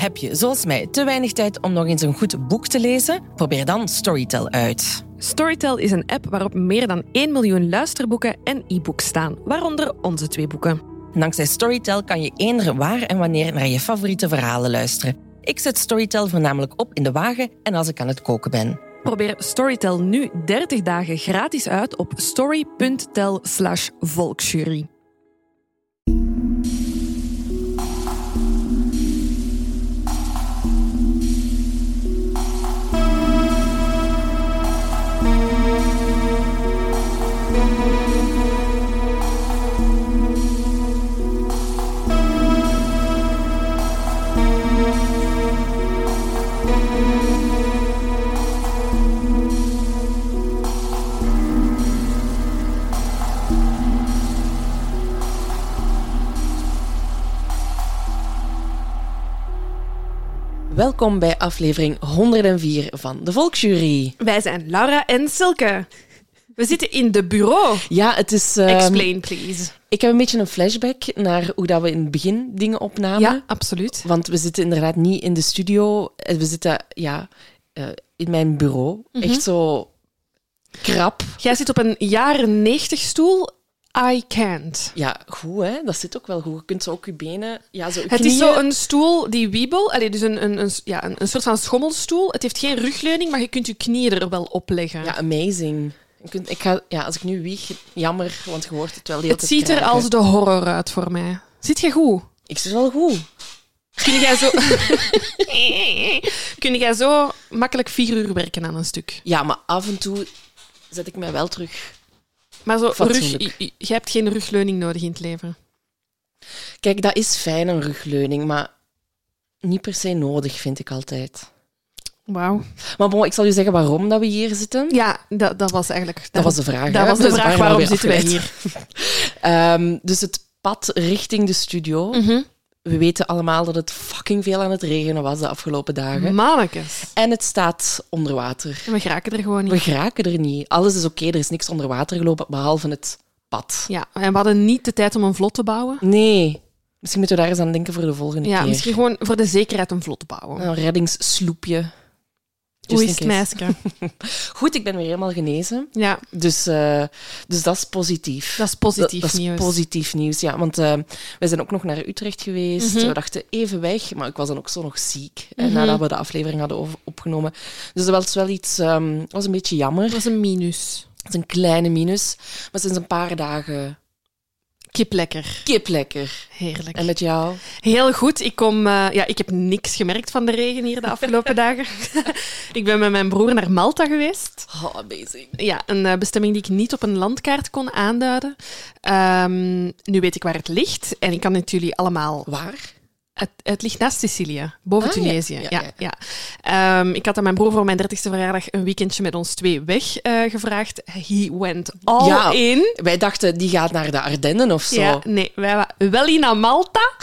Heb je, zoals mij, te weinig tijd om nog eens een goed boek te lezen? Probeer dan Storytel uit. Storytel is een app waarop meer dan 1 miljoen luisterboeken en e-books staan, waaronder onze 2 boeken. Dankzij Storytel kan je eender waar en wanneer naar je favoriete verhalen luisteren. Ik zet Storytel voornamelijk op in de wagen en als ik aan het koken ben. Probeer Storytel nu 30 dagen gratis uit op story.tel/volksjury. Welkom bij aflevering 104 van de Volksjury. Wij zijn Laura en Silke. We zitten in de bureau. Ja, het is... Explain, please. Ik heb een beetje een flashback naar hoe dat we in het begin dingen opnamen. Ja, absoluut. Want we zitten inderdaad niet in de studio. We zitten in mijn bureau. Echt zo krap. Jij zit op een jaren 90 stoel. I can't. Ja, goed hè. Dat zit ook wel goed. Je kunt zo ook je benen... Ja, zo je Het knieën... is zo een stoel die wiebel. Allee, dus een soort van schommelstoel. Het heeft geen rugleuning, maar je kunt je knieën er wel op leggen. Ja, amazing. Als ik nu wieg, jammer, want je hoort het wel. Het ziet er als de horror uit voor mij. Zit je goed? Ik zit wel goed. Kun jij zo makkelijk 4 uur werken aan een stuk? Ja, maar af en toe zet ik mij wel terug. Maar zo Fatsoenlijk. je hebt geen rugleuning nodig in het leven. Kijk, dat is fijn, een rugleuning, maar niet per se nodig, vind ik altijd. Wauw. Maar bon, ik zal je zeggen waarom dat we hier zitten. Ja, dat was eigenlijk... Dat was de vraag. Dat hè? was de Dus vraag, waarom zitten wij hier? Dus het pad richting de studio. Mhm. We weten allemaal dat het fucking veel aan het regenen was de afgelopen dagen. Mannekes. En het staat onder water. En we geraken er gewoon niet. We geraken er niet. Alles is oké, er is niks onder water gelopen, behalve het pad. Ja, en we hadden niet de tijd om een vlot te bouwen. Nee. Misschien moeten we daar eens aan denken voor de volgende Ja, keer. misschien gewoon voor de zekerheid een vlot bouwen. Een reddingssloepje. Hoe Just is in het, case. meisje? Goed, ik ben weer helemaal genezen. Ja, Dus dat is positief. dat is positief Dat is nieuws. positief nieuws, ja. Want wij zijn ook nog naar Utrecht geweest. Mhm. We dachten even weg, maar ik was dan ook zo nog ziek. Mhm. Nadat we de aflevering hadden opgenomen. Dus dat was wel iets... was een beetje jammer. Dat was een minus. Dat is een kleine minus. Maar sinds een paar dagen... Kiplekker. Kiplekker. Heerlijk. En met jou? Heel goed. Ik heb niks gemerkt van de regen hier de afgelopen dagen. Ik ben met mijn broer naar Malta geweest. Oh, amazing. Ja, een bestemming die ik niet op een landkaart kon aanduiden. Nu weet ik waar het ligt. En ik kan het jullie allemaal... Waar? Het ligt naast Sicilië, boven Ah, Tunesië. ja. Ja. Ik had aan mijn broer voor mijn 30e verjaardag een weekendje met ons 2 gevraagd. He went all in. Wij dachten, die gaat naar de Ardennen of zo. Ja, nee, wij waren wel in naar Malta.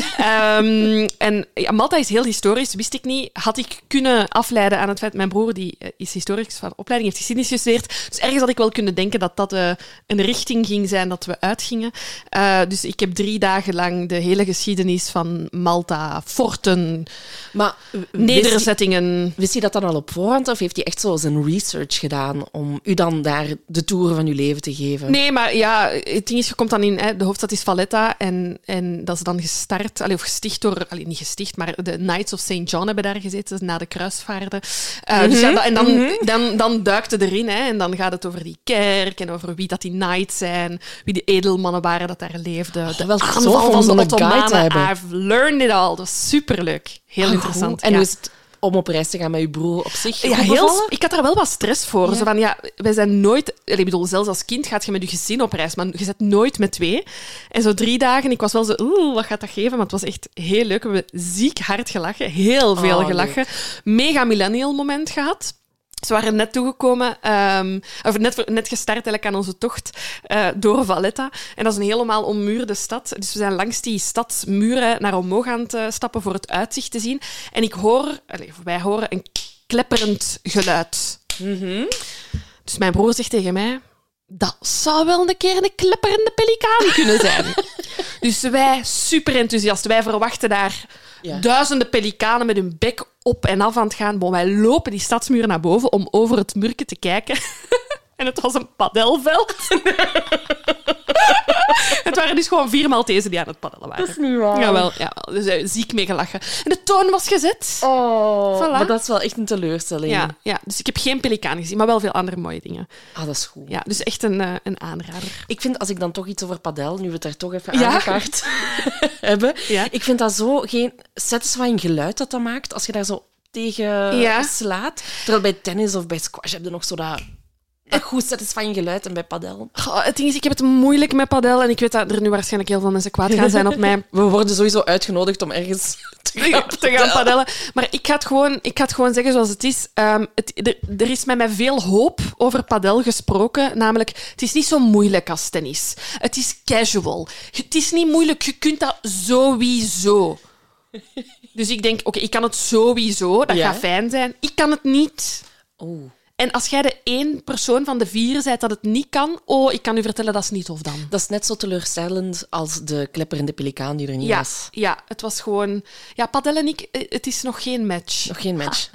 Malta is heel historisch, wist ik niet. Had ik kunnen afleiden aan het feit... Mijn broer die is historisch van opleiding, heeft geschiedenis gestudeerd. Dus ergens had ik wel kunnen denken dat dat een richting ging zijn dat we uitgingen. Dus ik heb 3 dagen lang de hele geschiedenis van Malta, forten, Maar nederzettingen... wist je dat dan al op voorhand? Of heeft hij echt zo zijn research gedaan om u dan daar de tour van uw leven te geven? Nee, maar ja, het ding is, je komt dan in... de hoofdstad is Valletta en dat is dan gestart... of gesticht door... niet gesticht, maar de Knights of St. John hebben daar gezeten na de kruisvaarden. Dus dan duikt het erin en dan gaat het over die kerk en over wie dat die knights zijn, wie de edelmannen waren dat daar leefden. De wel aanval tof om van de zo'n guide te Ottomanen. hebben. I've learned it all. Dat is superleuk. Heel interessant. Goed. En hoe is het om op reis te gaan met uw broer op zich? Ja, goed heel, bevallen? ik had daar wel wat stress voor. Ja. Zo van, wij zijn nooit... Ik bedoel, zelfs als kind gaat je met je gezin op reis, maar je zit nooit met 2. En zo 3 dagen, ik was wel zo... wat gaat dat geven? Maar het was echt heel leuk. We hebben ziek hard gelachen. Heel veel gelachen. Mega millennial moment gehad. Ze waren net toegekomen, net gestart eigenlijk aan onze tocht door Valletta. En dat is een helemaal ommuurde stad. Dus we zijn langs die stadsmuren naar omhoog aan het stappen voor het uitzicht te zien. En wij horen een klepperend geluid. Mhm. Dus mijn broer zegt tegen mij... Dat zou wel een keer een klepperende pelikaan kunnen zijn. Dus wij, super enthousiast. Wij verwachten daar Ja. Duizenden pelikanen met hun bek op en af aan het gaan. Bon, wij lopen die stadsmuur naar boven om over het murken te kijken. En het was een padelveld. Het waren dus gewoon 4 Maltezen die aan het paddelen waren. Dat is niet waar. Jawel, dus ziek mee gelachen. En de toon was gezet. Oh, Voilà. maar dat is wel echt een teleurstelling. Ja, dus ik heb geen pelikaan gezien, maar wel veel andere mooie dingen. Ah, dat is goed. Ja, dus echt een aanrader. Ik vind, als ik dan toch iets over padel, nu we het daar toch even Ja. aangekaart hebben, Ja. ik vind dat zo geen satisfying geluid dat maakt, als je daar zo tegen Ja. slaat. Terwijl bij tennis of bij squash heb je nog zo dat goed satisfying geluid en bij padel. Goh, het ding is, ik heb het moeilijk met padel en ik weet dat er nu waarschijnlijk heel veel mensen kwaad gaan zijn op mij. We worden sowieso uitgenodigd om ergens te gaan padellen. Maar ik ga het gewoon zeggen zoals het is. Er is met mij veel hoop over padel gesproken. Namelijk, het is niet zo moeilijk als tennis. Het is casual. Het is niet moeilijk. Je kunt dat sowieso. Dus ik denk, oké, ik kan het sowieso. Dat Ja. gaat fijn zijn. Ik kan het niet. Oh. En als jij de 1 persoon van de 4 bent dat het niet kan, ik kan u vertellen, dat is niet tof dan. Dat is net zo teleurstellend als de klepperende pelikaan die er niet was. Ja, het was gewoon... Ja, padel en ik, het is nog geen match. Nog geen match.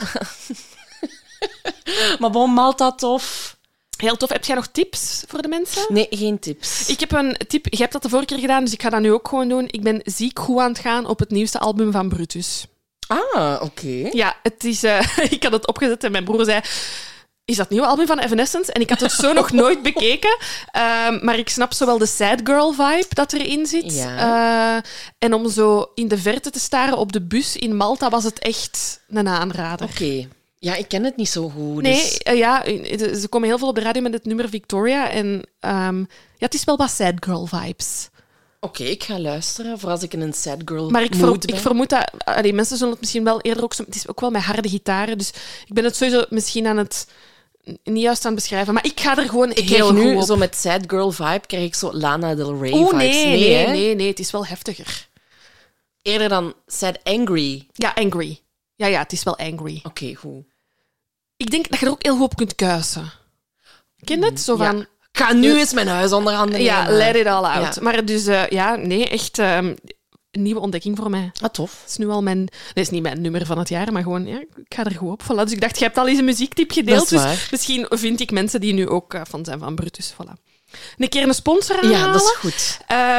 Maar bon, Malta, tof. Heel tof. Heb jij nog tips voor de mensen? Nee, geen tips. Ik heb een tip. Je hebt dat de vorige keer gedaan, dus ik ga dat nu ook gewoon doen. Ik ben ziek goed aan het gaan op het nieuwste album van Brutus. Ah, oké. Ja, het is... ik had het opgezet en mijn broer zei... Is dat het nieuwe album van Evanescence? En ik had het zo nog nooit bekeken. Maar ik snap zowel de sad girl vibe dat erin zit. Ja. En om zo in de verte te staren op de bus in Malta was het echt een aanrader. Oké. Ja, ik ken het niet zo goed. Nee, Dus... ze komen heel veel op de radio met het nummer Victoria. En het is wel wat sad girl vibes. Oké, ik ga luisteren voor als ik in een sad girl Maar ik mood ben. vermoed dat... mensen zullen het misschien wel eerder ook... Het is ook wel met harde gitaren, dus ik ben het sowieso misschien aan het... Niet juist aan het beschrijven, maar ik ga er gewoon Ik heel krijg goed nu op. zo met sad girl vibe, krijg ik zo Lana Del Rey Oeh, vibes. nee, het is wel heftiger. Eerder dan sad angry. Ja, angry. Ja, het is wel angry. Oké, goed. Ik denk dat je er ook heel goed op kunt kuisen. Ken je het? Zo van... Ik ga nu eens mijn huis onder handen nemen. Ja, let it all out. Ja. Maar dus, echt een nieuwe ontdekking voor mij. Ah, tof. Het is nu al mijn... Nee, is niet mijn nummer van het jaar, maar gewoon, ik ga er goed op. Voilà. Dus ik dacht, je hebt al eens een muziektip gedeeld, Dat is waar. dus misschien vind ik mensen die nu ook fan zijn van Brutus. Voilà. Een keer een sponsor aanhalen. Ja, dat is goed.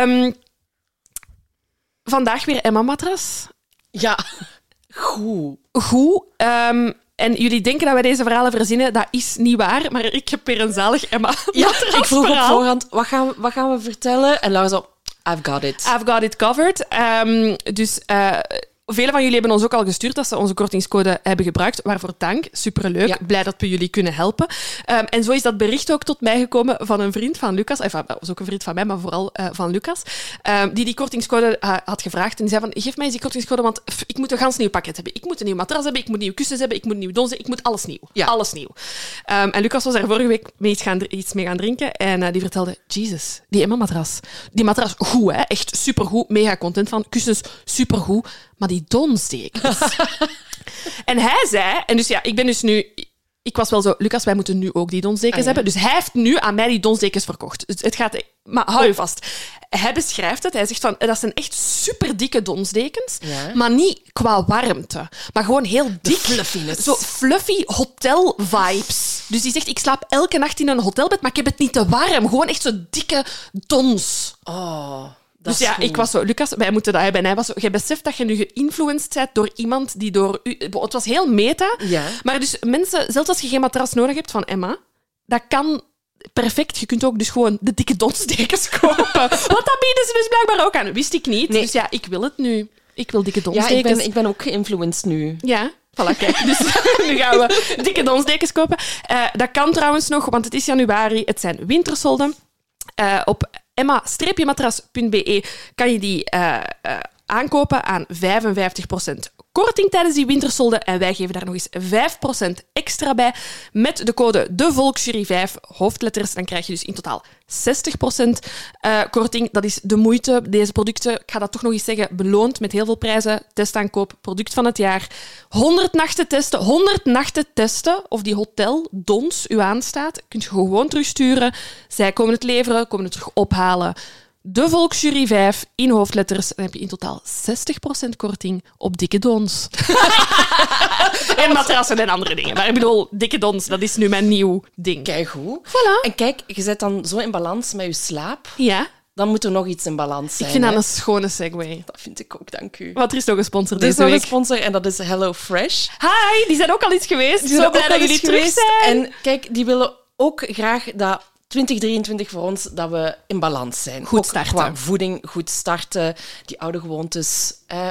Vandaag weer Emma Matras. Ja, goed. Goed. En jullie denken dat wij deze verhalen verzinnen. Dat is niet waar, maar ik heb weer een zalig Emma Ja, Matras ik vroeg op verhaal. voorhand, wat gaan we vertellen? En Laura zo, I've got it. I've got it covered. Velen van jullie hebben ons ook al gestuurd dat ze onze kortingscode hebben gebruikt. Waarvoor dank. Superleuk. Ja. Blij dat we jullie kunnen helpen. En zo is dat bericht ook tot mij gekomen van een vriend van Lucas. Dat was ook een vriend van mij, maar vooral van Lucas. Die kortingscode had gevraagd. En die zei van, geef mij eens die kortingscode, want ik moet een gans nieuw pakket hebben. Ik moet een nieuw matras hebben, ik moet nieuwe kussens hebben, ik moet nieuwe donzen, ik moet alles nieuw. Ja. Alles nieuw. En Lucas was daar vorige week iets mee gaan drinken. En die vertelde, Jesus, die Emma-matras. Die matras, goed hè. Echt supergoed. Mega content van. Kussens, supergoed. Maar die donsdekens. En hij zei... En dus ja, ik ben dus nu... Ik was wel zo... Lucas, wij moeten nu ook die donsdekens hebben. Dus hij heeft nu aan mij die donsdekens verkocht. Dus het gaat... Maar hou je vast. Hij beschrijft het. Hij zegt van... Dat zijn echt super dikke donsdekens. Ja. Maar niet qua warmte. Maar gewoon heel dik. fluffiness. Zo fluffy hotel-vibes. Dus die zegt, ik slaap elke nacht in een hotelbed, maar ik heb het niet te warm. Gewoon echt zo dikke dons. Oh, Dus ja, ik was zo... Lucas, wij moeten dat hebben. En hij was zo... Jij beseft dat je nu geïnfluenced bent door iemand die door u... Het was heel meta. Ja. Maar dus mensen... Zelfs als je geen matras nodig hebt van Emma, dat kan perfect. Je kunt ook dus gewoon de dikke donsdekens kopen. Want dat bieden ze dus blijkbaar ook aan. Wist ik niet. Nee. Dus ja, ik wil het nu. Ik wil dikke Ja, donsdekens. ik ben ook geïnfluenced nu. Ja, voilà, kijk. Dus nu gaan we dikke donsdekens kopen. Dat kan trouwens nog, want het is januari. Het zijn wintersolden. Op emma-matras.be kan je die aankopen aan 55% korting tijdens die wintersolden. En wij geven daar nog eens 5% extra bij. Met de code DeVolksjury5, hoofdletters, dan krijg je dus in totaal 60% korting. Dat is de moeite. Deze producten, ik ga dat toch nog eens zeggen, beloond met heel veel prijzen. Testaankoop, product van het jaar. 100 nachten testen. 100 nachten testen of die hotel dons u aanstaat. Kun je gewoon terugsturen. Zij komen het leveren, komen het terug ophalen. de Volksjury 5 in hoofdletters. Dan heb je in totaal 60% korting op dikke dons. En matrassen en andere dingen. Maar ik bedoel, dikke dons, dat is nu mijn nieuw ding. Kijk goed. Voilà. En kijk, je zit dan zo in balans met je slaap. Ja, Dan moet er nog iets in balans zijn. ik vind dat hè? een schone segue. Dat vind ik ook, dank u. Wat er is nog een sponsor Er is deze nog een week. sponsor en dat is HelloFresh. Hi, die zijn ook al eens geweest. Die zijn Zo ook blij al dat eens jullie terug geweest. zijn. En kijk, die willen ook graag dat 2023 voor ons, dat we in balans zijn. Goed Ook starten. qua voeding, goed starten. Die oude gewoontes.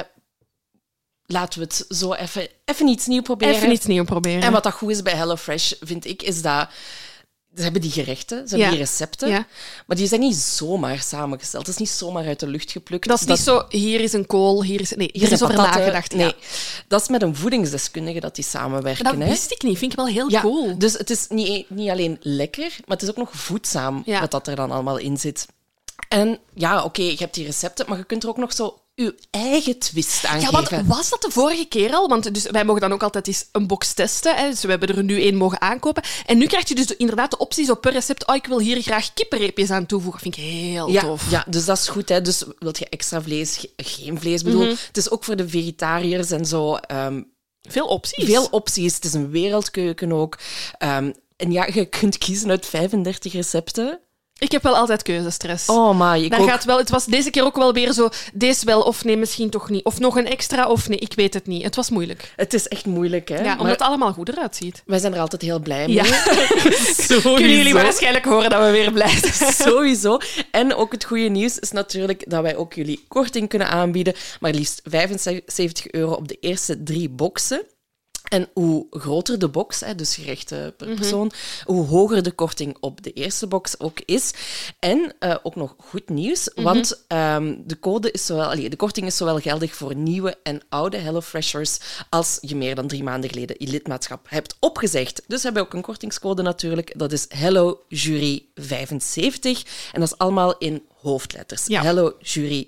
Laten we het zo even iets nieuws proberen. Even iets nieuws proberen. En wat dat goed is bij HelloFresh, vind ik, is dat ze hebben die gerechten, ze hebben die recepten, Ja. maar die zijn niet zomaar samengesteld. Het is niet zomaar uit de lucht geplukt. Dat is niet zo, hier is een kool, hier is... Nee, hier zijn is over patatten. nagedacht. Nee, Ja. dat is met een voedingsdeskundige dat die samenwerken. Dat hè. wist ik niet. Vind ik wel heel Ja, cool. dus het is niet alleen lekker, maar het is ook nog voedzaam Ja. wat dat er dan allemaal in zit. En ja, oké, je hebt die recepten, maar je kunt er ook nog zo je eigen twist aan Ja, want geven. was dat de vorige keer al? Want dus wij mogen dan ook altijd eens een box testen. Hè. Dus we hebben er nu 1 mogen aankopen. En nu krijg je dus inderdaad de optie zo per recept. Oh, ik wil hier graag kippenreepjes aan toevoegen. Vind ik heel tof. Ja, dus dat is goed. Hè. Dus wil je extra vlees, geen vlees? Ik bedoel, het is ook voor de vegetariërs en zo. Veel opties. Veel opties. Het is een wereldkeuken ook. En ja, je kunt kiezen uit 35 recepten. Ik heb wel altijd keuzestress. Oh, maar ik Daar ook. gaat wel, het was deze keer ook wel weer zo, deze wel of nee, misschien toch niet. Of nog een extra of nee, ik weet het niet. Het was moeilijk. Het is echt moeilijk, hè. Ja, omdat maar het allemaal goed eruit ziet. wij zijn er altijd heel blij mee. Ja. Sowieso. Kunnen jullie waarschijnlijk horen dat we weer blij zijn. Sowieso. En ook het goede nieuws is natuurlijk dat wij ook jullie korting kunnen aanbieden. Maar liefst €75 op de eerste 3 boxen. En hoe groter de box, dus gerechten per persoon, hoe hoger de korting op de eerste box ook is. En ook nog goed nieuws, want de korting is zowel geldig voor nieuwe en oude HelloFreshers als je meer dan 3 maanden geleden je lidmaatschap hebt opgezegd. Dus we hebben ook een kortingscode natuurlijk. Dat is HelloJury75. En dat is allemaal in hoofdletters. Ja. HelloJury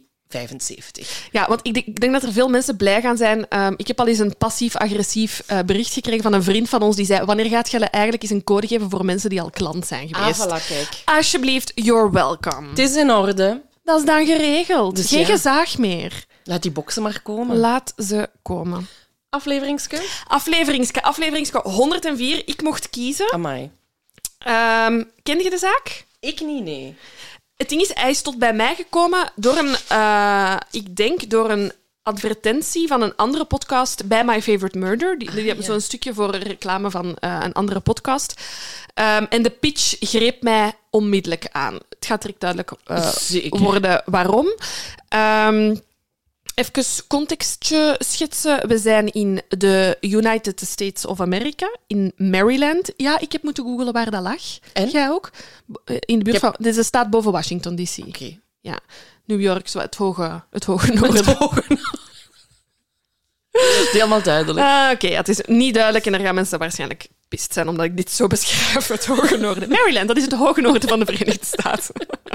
75. Ja, want ik denk dat er veel mensen blij gaan zijn. Ik heb al eens een passief-agressief bericht gekregen van een vriend van ons die zei, wanneer gaat je eigenlijk eens een code geven voor mensen die al klant zijn geweest? Voilà, kijk. Alsjeblieft, you're welcome. Het is in orde. Dat is dan geregeld. Dus Geen ja. gezaag meer. Laat die boxen maar komen. Laat ze komen. Afleveringske? Afleveringske 104. Ik mocht kiezen. Amai. Ken je de zaak? Ik niet, nee. Het ding is, hij is tot bij mij gekomen door een advertentie van een andere podcast bij My Favorite Murder. Die hebben zo'n stukje voor reclame van een andere podcast. En de pitch greep mij onmiddellijk aan. Het gaat direct duidelijk Zeker. worden waarom. Even contextje schetsen. We zijn in de United States of America, in Maryland. Ja, ik heb moeten googlen waar dat lag. En? Jij ook? In de buurt van... Dit is een staat boven Washington, D.C. Oké. Ja. New York, zo het hoge noorden. Helemaal duidelijk. Oké, het is niet duidelijk en er gaan mensen waarschijnlijk pist zijn omdat ik dit zo beschrijf, het hoge noorden. Maryland, dat is het hoge noorden van de Verenigde Staten.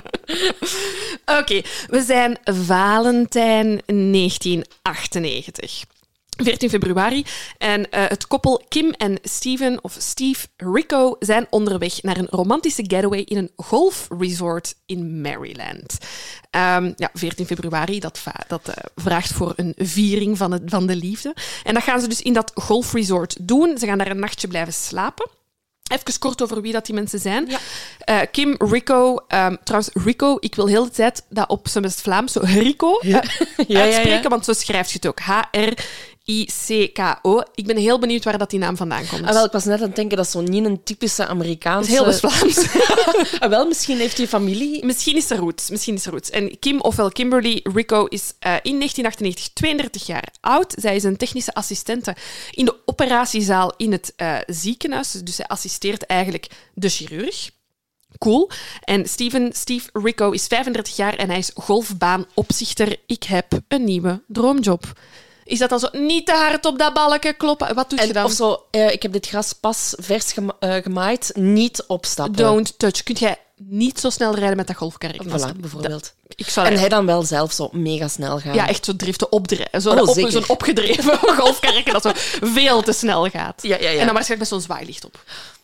Oké, we zijn Valentijn 1998. 14 februari. En het koppel Kim en Steven, of Steve Rico, zijn onderweg naar een romantische getaway in een golfresort in Maryland. 14 februari, dat vraagt voor een viering van de liefde. En dat gaan ze dus in dat golfresort doen. Ze gaan daar een nachtje blijven slapen. Even kort over wie dat die mensen zijn. Ja. Kim, Rico. Trouwens, Rico, ik wil heel de tijd dat op zijn best Vlaams, zo Rico, uitspreken, want zo schrijft je het ook. H-R-I-C-K-O. Ik ben heel benieuwd waar dat die naam vandaan komt. Wel, ik was net aan het denken, dat is zo niet een typische Amerikaanse... Het is heel West-Vlaams. Wel, misschien heeft hij familie... Misschien is er roots. En Kim, ofwel Kimberly Rico, is in 1998 32 jaar oud. Zij is een technische assistente in de operatiezaal in het ziekenhuis. Dus zij assisteert eigenlijk de chirurg. Cool. En Steve Rico is 35 jaar en hij is golfbaanopzichter. Ik heb een nieuwe droomjob. Is dat dan zo niet te hard op dat balken kloppen? Wat doe je dan? Of zo, ik heb dit gras pas vers gemaaid, niet opstappen. Don't touch. Kun jij niet zo snel rijden met dat golfkarretje? Voilà, bijvoorbeeld. En hij dan wel zelf zo mega snel gaan. Ja, echt zo driften opdrijven. Zo'n opgedreven golfkarretje dat zo veel te snel gaat. Ja. En dan waarschijnlijk met zo'n zwaailicht op.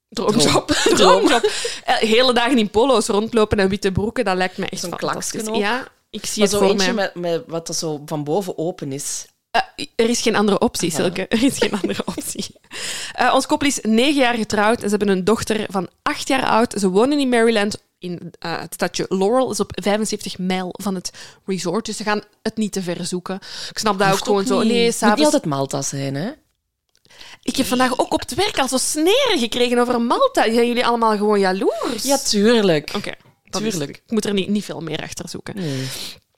Droomjob. Droomjob. Hele dagen in polo's rondlopen en witte broeken, dat lijkt me echt Zo'n fantastisch. klaksken ook. Ja, ik zie Maar het zo voor eentje mij. met wat dat zo van boven open is. Er is geen andere optie, Silke. Er is geen andere optie. Ons koppel is 9 jaar getrouwd en ze hebben een dochter van 8 jaar oud. Ze wonen in Maryland, in het stadje Laurel. Dat is op 75 mijl van het resort, dus ze gaan het niet te ver zoeken. Ik snap dat ook gewoon zo. Nee, Het moet s'avonds... niet altijd Malta zijn, hè? Ik heb vandaag ook op het werk al zo sneren gekregen over Malta. Zijn jullie allemaal gewoon jaloers? Ja, tuurlijk. Oké. Tuurlijk. Ik moet er niet veel meer achter zoeken. Nee.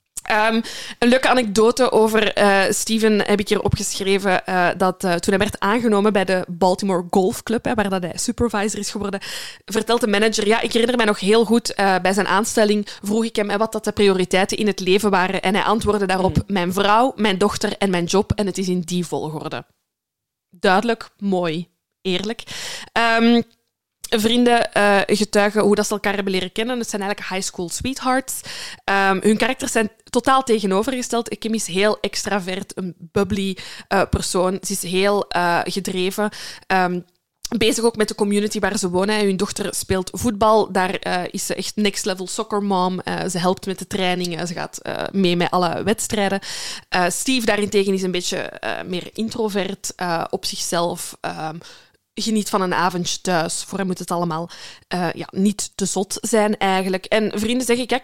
Een leuke anekdote over Steven heb ik hier opgeschreven. Dat toen hij werd aangenomen bij de Baltimore Golf Club, waar dat hij supervisor is geworden, vertelt de manager... Ja, ik herinner mij nog heel goed, bij zijn aanstelling vroeg ik hem wat dat de prioriteiten in het leven waren. En hij antwoordde daarop, mijn vrouw, mijn dochter en mijn job. En het is in die volgorde. Duidelijk, mooi, eerlijk. Vrienden getuigen hoe dat ze elkaar hebben leren kennen. Het zijn eigenlijk high school sweethearts. Hun karakters zijn totaal tegenovergesteld. Kim is heel extravert, een bubbly persoon. Ze is heel gedreven. Bezig ook met de community waar ze wonen. Hun dochter speelt voetbal. Daar is ze echt next level soccer mom. Ze helpt met de trainingen. Ze gaat mee met alle wedstrijden. Steve daarentegen is een beetje meer introvert op zichzelf. Geniet van een avondje thuis. Voor hem moet het allemaal niet te zot zijn, eigenlijk. En vrienden zeggen, kijk,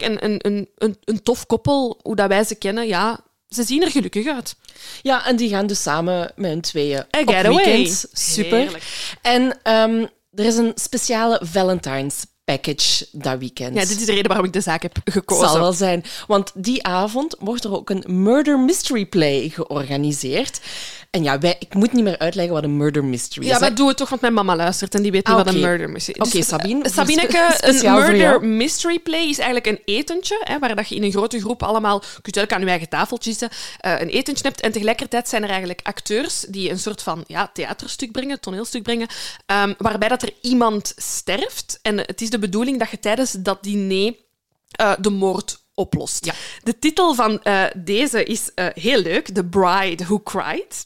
een tof koppel, hoe dat wij ze kennen, ja, ze zien er gelukkig uit. Ja, en die gaan dus samen met hun tweeën A op getaway. weekend. Super. Heerlijk. En er is een speciale Valentine's package dat weekend. Ja, dit is de reden waarom ik de zaak heb gekozen. Zal wel zijn. Want die avond wordt er ook een murder mystery play georganiseerd. En ja, ik moet niet meer uitleggen wat een murder mystery is. Ja, maar hè. doe het toch, want mijn mama luistert en die weet niet wat een murder mystery is. Oké, Sabine. Sabineke, speciaal een voor murder jou. mystery play is eigenlijk een etentje, waar dat je in een grote groep allemaal, je kunt eigenlijk aan je eigen tafeltje zitten, een etentje hebt. En tegelijkertijd zijn er eigenlijk acteurs die een soort van theaterstuk brengen, toneelstuk brengen, waarbij dat er iemand sterft. En het is de bedoeling dat je tijdens dat diner de moord oplost. Ja. De titel van deze is heel leuk, The Bride Who Cried.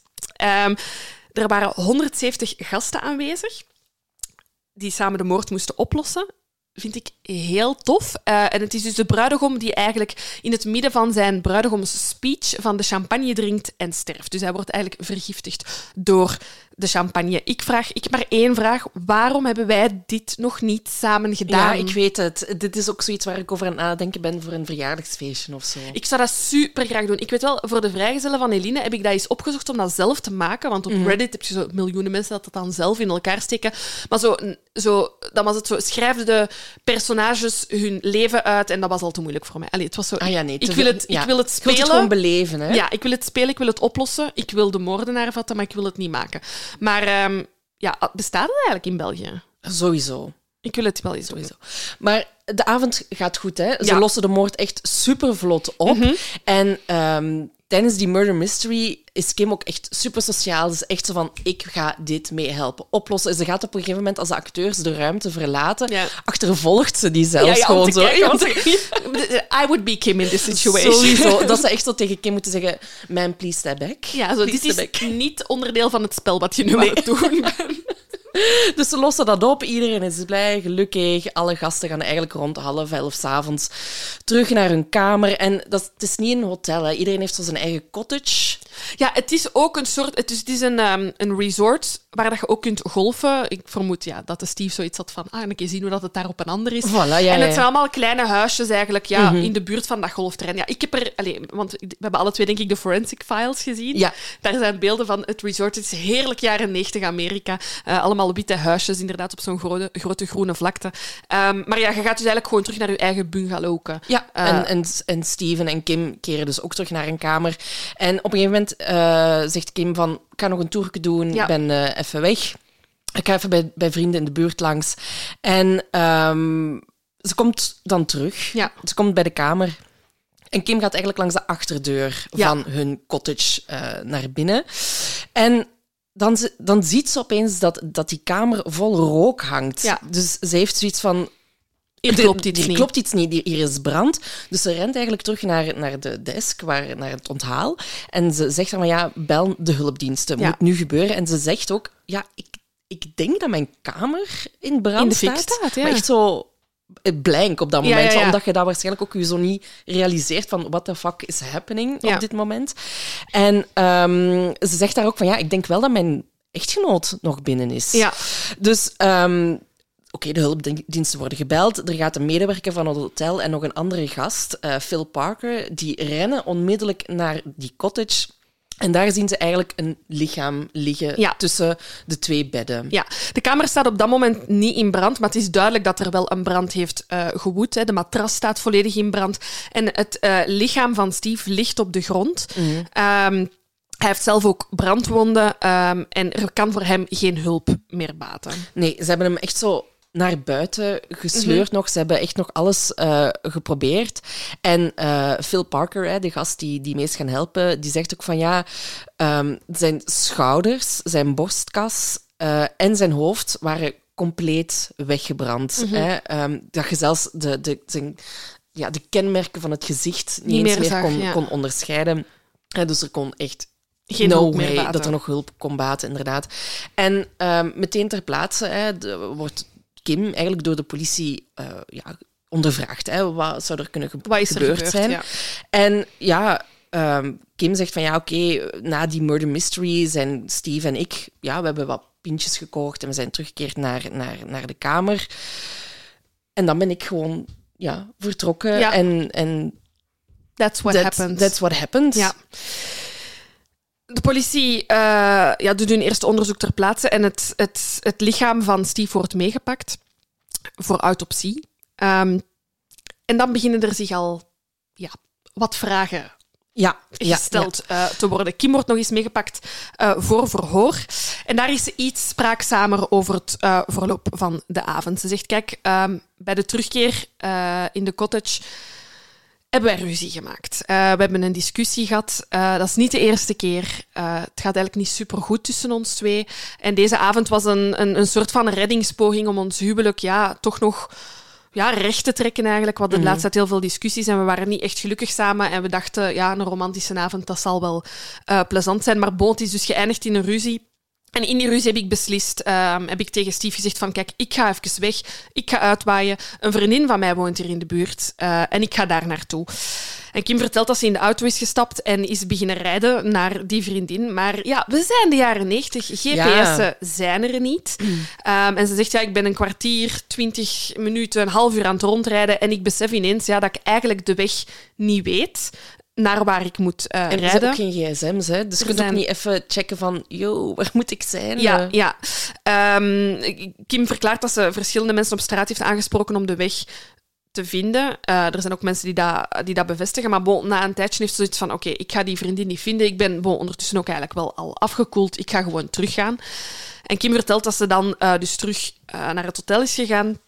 Er waren 170 gasten aanwezig die samen de moord moesten oplossen. Vind ik heel tof. En het is dus de bruidegom die eigenlijk in het midden van zijn bruidegomsspeech van de champagne drinkt en sterft. Dus hij wordt eigenlijk vergiftigd door de champagne. Ik heb maar één vraag. Waarom hebben wij dit nog niet samen gedaan? Ja, ik weet het. Dit is ook zoiets waar ik over aan het nadenken ben voor een verjaardagsfeestje of zo. Ik zou dat super graag doen. Ik weet wel, voor de vrijgezellen van Eline heb ik dat eens opgezocht om dat zelf te maken. Want op Reddit heb je zo miljoenen mensen dat dan zelf in elkaar steken. Maar dan was het zo, schrijf de personages hun leven uit en dat was al te moeilijk voor mij. Allee, het was zo... Ik wil het spelen. Je wilt het gewoon beleven, hè? Ja, ik wil het spelen, ik wil het oplossen. Ik wil de moordenaar vatten, maar ik wil het niet maken. Maar bestaat het eigenlijk in België? Sowieso. Ik wil het wel eens doen. Maar de avond gaat goed, hè? Ze Ja. lossen de moord echt super vlot op. En tijdens die murder mystery is Kim ook echt super sociaal. Ze is echt zo van, ik ga dit mee helpen oplossen. Ze gaat op een gegeven moment, als de acteurs de ruimte verlaten, achtervolgt ze die zelfs gewoon zo. I would be Kim in this situation. Sowieso. Dat ze echt zo tegen Kim moeten zeggen, man, please step back. Ja, zo, dit Please is step back. niet onderdeel van het spel wat je nu aan het doen bent. Dus ze lossen dat op. Iedereen is blij, gelukkig. Alle gasten gaan eigenlijk rond 22:30 s'avonds terug naar hun kamer. En het is niet een hotel, hè. Iedereen heeft zo zijn eigen cottage. Ja, het is ook een soort... Het is een resort waar dat je ook kunt golfen. Ik vermoed dat de Steve zoiets had van... een keer zien hoe dat het daar op een ander is. Voilà, en het zijn allemaal kleine huisjes eigenlijk in de buurt van dat golfterrein. Ja, ik heb er... want we hebben alle twee, denk ik, de Forensic Files gezien. Ja. Daar zijn beelden van het resort. Het is heerlijk jaren 90 Amerika. Allemaal witte huisjes, inderdaad, op zo'n grote groene vlakte. Maar ja, je gaat dus eigenlijk gewoon terug naar je eigen bungalowke. Ja, en Steven en Kim keren dus ook terug naar hun kamer. En op een gegeven moment zegt Kim van, ik ga nog een toertje doen, ik ben even weg. Ik ga even bij vrienden in de buurt langs. En ze komt dan terug. Ja. Ze komt bij de kamer. En Kim gaat eigenlijk langs de achterdeur van hun cottage naar binnen. En dan ziet ze opeens dat die kamer vol rook hangt. Ja. Dus ze heeft zoiets van... Hier klopt iets niet. Hier is brand. Dus ze rent eigenlijk terug naar de desk, naar het onthaal. En ze zegt dan van, bel de hulpdiensten. Ja. Moet nu gebeuren. En ze zegt ook, ik denk dat mijn kamer in brand In de fik staat, ja. Maar echt zo blank op dat moment. Ja. Omdat je dat waarschijnlijk ook je zo niet realiseert van what the fuck is happening Ja. op dit moment. En ze zegt daar ook van, ja, ik denk wel dat mijn echtgenoot nog binnen is. Ja. Dus... Oké, de hulpdiensten worden gebeld. Er gaat een medewerker van het hotel en nog een andere gast, Phil Parker, die rennen onmiddellijk naar die cottage. En daar zien ze eigenlijk een lichaam liggen tussen de 2 bedden. Ja, de kamer staat op dat moment niet in brand, maar het is duidelijk dat er wel een brand heeft gewoed. Hè. De matras staat volledig in brand. En het lichaam van Steve ligt op de grond. Hij heeft zelf ook brandwonden en er kan voor hem geen hulp meer baten. Nee, ze hebben hem echt zo naar buiten gesleurd nog. Ze hebben echt nog alles geprobeerd. En Phil Parker, de gast die meest gaan helpen, die zegt ook van ja, zijn schouders, zijn borstkas en zijn hoofd waren compleet weggebrand. Dat je zelfs de kenmerken van het gezicht niet eens meer zag, kon onderscheiden. Dus er kon echt geen hulp meer baten. Dat er nog hulp kon baten, inderdaad. En meteen ter plaatse wordt Kim eigenlijk door de politie ondervraagd. Wat zou er kunnen gebeurd zijn? Ja. En Kim zegt van oké, na die murder mystery zijn Steve en ik, we hebben wat pintjes gekocht en we zijn teruggekeerd naar de kamer. En dan ben ik gewoon vertrokken. Ja. En That's what happened. Ja. De politie doet hun eerste onderzoek ter plaatse en het lichaam van Steve wordt meegepakt voor autopsie. En dan beginnen er zich al wat vragen gesteld te worden. Kim wordt nog eens meegepakt voor verhoor. En daar is ze iets spraakzamer over het verloop van de avond. Ze zegt, kijk, bij de terugkeer in de cottage hebben wij ruzie gemaakt. We hebben een discussie gehad. Dat is niet de eerste keer. Het gaat eigenlijk niet supergoed tussen ons 2. En deze avond was een soort van reddingspoging om ons huwelijk toch nog recht te trekken eigenlijk. We hadden de laatste tijd heel veel discussies en we waren niet echt gelukkig samen. En we dachten, een romantische avond, dat zal wel plezant zijn. Maar het is dus geëindigd in een ruzie. En in die ruzie heb ik beslist, heb ik tegen Steve gezegd van kijk, ik ga even weg, ik ga uitwaaien. Een vriendin van mij woont hier in de buurt en ik ga daar naartoe. En Kim vertelt dat ze in de auto is gestapt en is beginnen rijden naar die vriendin. Maar we zijn de jaren 90, GPS'en zijn er niet. En ze zegt, ik ben een kwartier, 20 minuten, een half uur aan het rondrijden en ik besef ineens dat ik eigenlijk de weg niet weet naar waar ik moet rijden. En er zijn ook geen gsm's, hè? Dus je kunt ook niet even checken van, waar moet ik zijn? Ja. Kim verklaart dat ze verschillende mensen op straat heeft aangesproken om de weg te vinden. Er zijn ook mensen die dat bevestigen, maar na een tijdje heeft ze zoiets van, oké, ik ga die vriendin niet vinden. Ik ben ondertussen ook eigenlijk wel al afgekoeld. Ik ga gewoon teruggaan. En Kim vertelt dat ze dan dus terug naar het hotel is gegaan.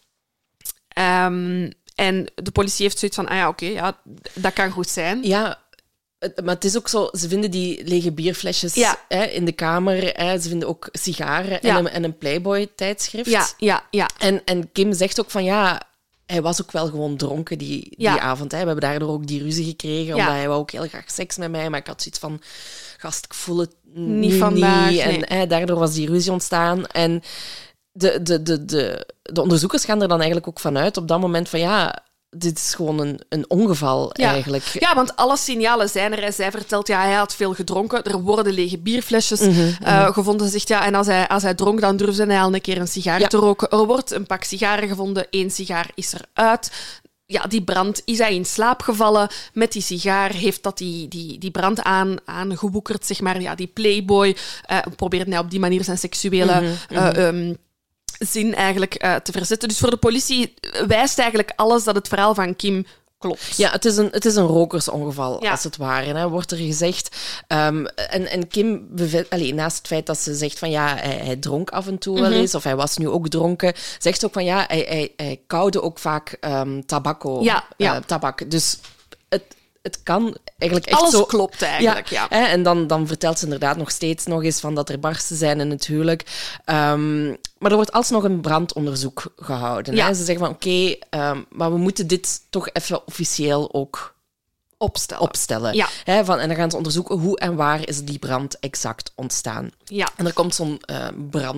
En de politie heeft zoiets van, dat kan goed zijn. Ja, maar het is ook zo, ze vinden die lege bierflesjes in de kamer. Ze vinden ook sigaren en een Playboy-tijdschrift. Ja. En Kim zegt ook van, hij was ook wel gewoon dronken die avond. Hè. We hebben daardoor ook die ruzie gekregen, omdat hij wou ook heel graag seks met mij. Maar ik had zoiets van, gast, ik voel het niet vandaag. Nee. En daardoor was die ruzie ontstaan. En de onderzoekers gaan er dan eigenlijk ook vanuit op dat moment van dit is gewoon een ongeval eigenlijk. Ja, want alle signalen zijn er. Zij vertelt, hij had veel gedronken. Er worden lege bierflesjes gevonden. Ze zegt, en als hij dronk, dan durfde hij al een keer een sigaar te roken. Er wordt een pak sigaren gevonden. 1 sigaar is eruit. Die brand, is hij in slaap gevallen met die sigaar, heeft dat die brand aangewoekerd, zeg maar. Die Playboy probeerde hij op die manier zijn seksuele zin eigenlijk te verzetten. Dus voor de politie wijst eigenlijk alles dat het verhaal van Kim klopt. Ja, het is een rokersongeval, als het ware, hè, wordt er gezegd. En Kim, naast het feit dat ze zegt van hij dronk af en toe wel eens, of hij was nu ook dronken, zegt ook van hij kauwde ook vaak tabak. Dus het kan eigenlijk echt alles zo... klopt eigenlijk, ja. En dan vertelt ze inderdaad nog eens van dat er barsten zijn in het huwelijk. Maar er wordt alsnog een brandonderzoek gehouden. Ja. Hè? Ze zeggen van oké, maar we moeten dit toch even officieel ook opstellen. Ja. En dan gaan ze onderzoeken hoe en waar is die brand exact ontstaan. Ja. En er komt zo'n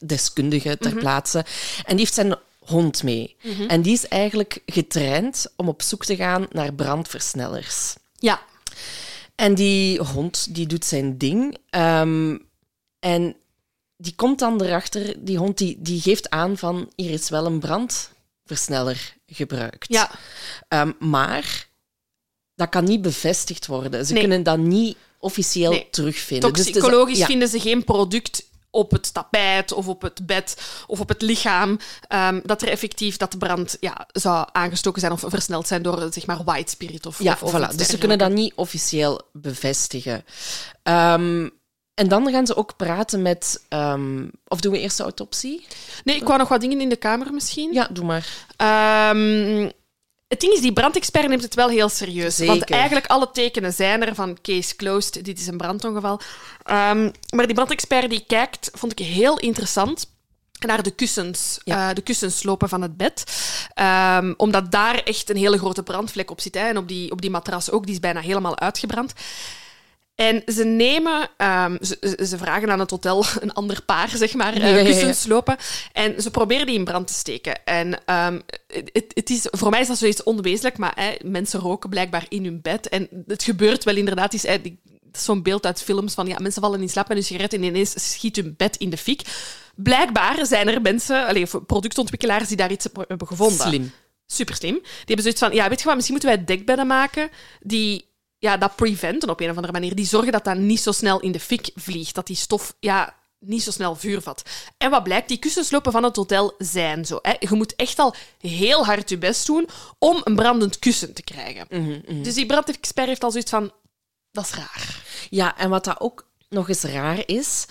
deskundige ter plaatse. En die heeft zijn hond mee. En die is eigenlijk getraind om op zoek te gaan naar brandversnellers. Ja. En die hond die doet zijn ding. En die komt dan erachter, die hond die geeft aan van hier is wel een brandversneller gebruikt. Ja. Maar dat kan niet bevestigd worden. Ze kunnen dat niet officieel terugvinden. Toxicologisch vinden ze geen product op het tapijt of op het bed of op het lichaam dat er effectief dat de brand zou aangestoken zijn of versneld zijn door zeg maar white spirit of voilà. Dus ze kunnen dat niet officieel bevestigen. En dan gaan ze ook praten met... of doen we eerst de autopsie? Nee, ik wou nog wat dingen in de kamer misschien. Ja, doe maar. Het ding is, die brandexpert neemt het wel heel serieus. Zeker. Want eigenlijk alle tekenen zijn er van case closed, dit is een brandongeval. Maar die brandexpert die kijkt, vond ik heel interessant, naar de kussens, de kussenslopen van het bed. Omdat daar echt een hele grote brandvlek op zit. Hè. En op die matras ook, die is bijna helemaal uitgebrand. En ze nemen... ze vragen aan het hotel een ander paar, zeg maar, kussenslopen. En ze proberen die in brand te steken. En het is, voor mij is dat zoiets onwezenlijk, maar mensen roken blijkbaar in hun bed. En het gebeurt wel inderdaad. Het is zo'n beeld uit films van mensen vallen in slaap met hun sigaret en ineens schiet hun bed in de fik. Blijkbaar zijn er mensen, productontwikkelaars, die daar iets hebben gevonden. Slim. Super slim. Die hebben zoiets van, weet je wat, misschien moeten wij dekbedden maken die... dat preventen op een of andere manier. Die zorgen dat dat niet zo snel in de fik vliegt. Dat die stof niet zo snel vuur vat. En wat blijkt? Die kussenslopen van het hotel zijn zo. Hè. Je moet echt al heel hard je best doen om een brandend kussen te krijgen. Dus die brandexpert heeft al zoiets van... Dat is raar. Ja, en wat dat ook nog eens raar is...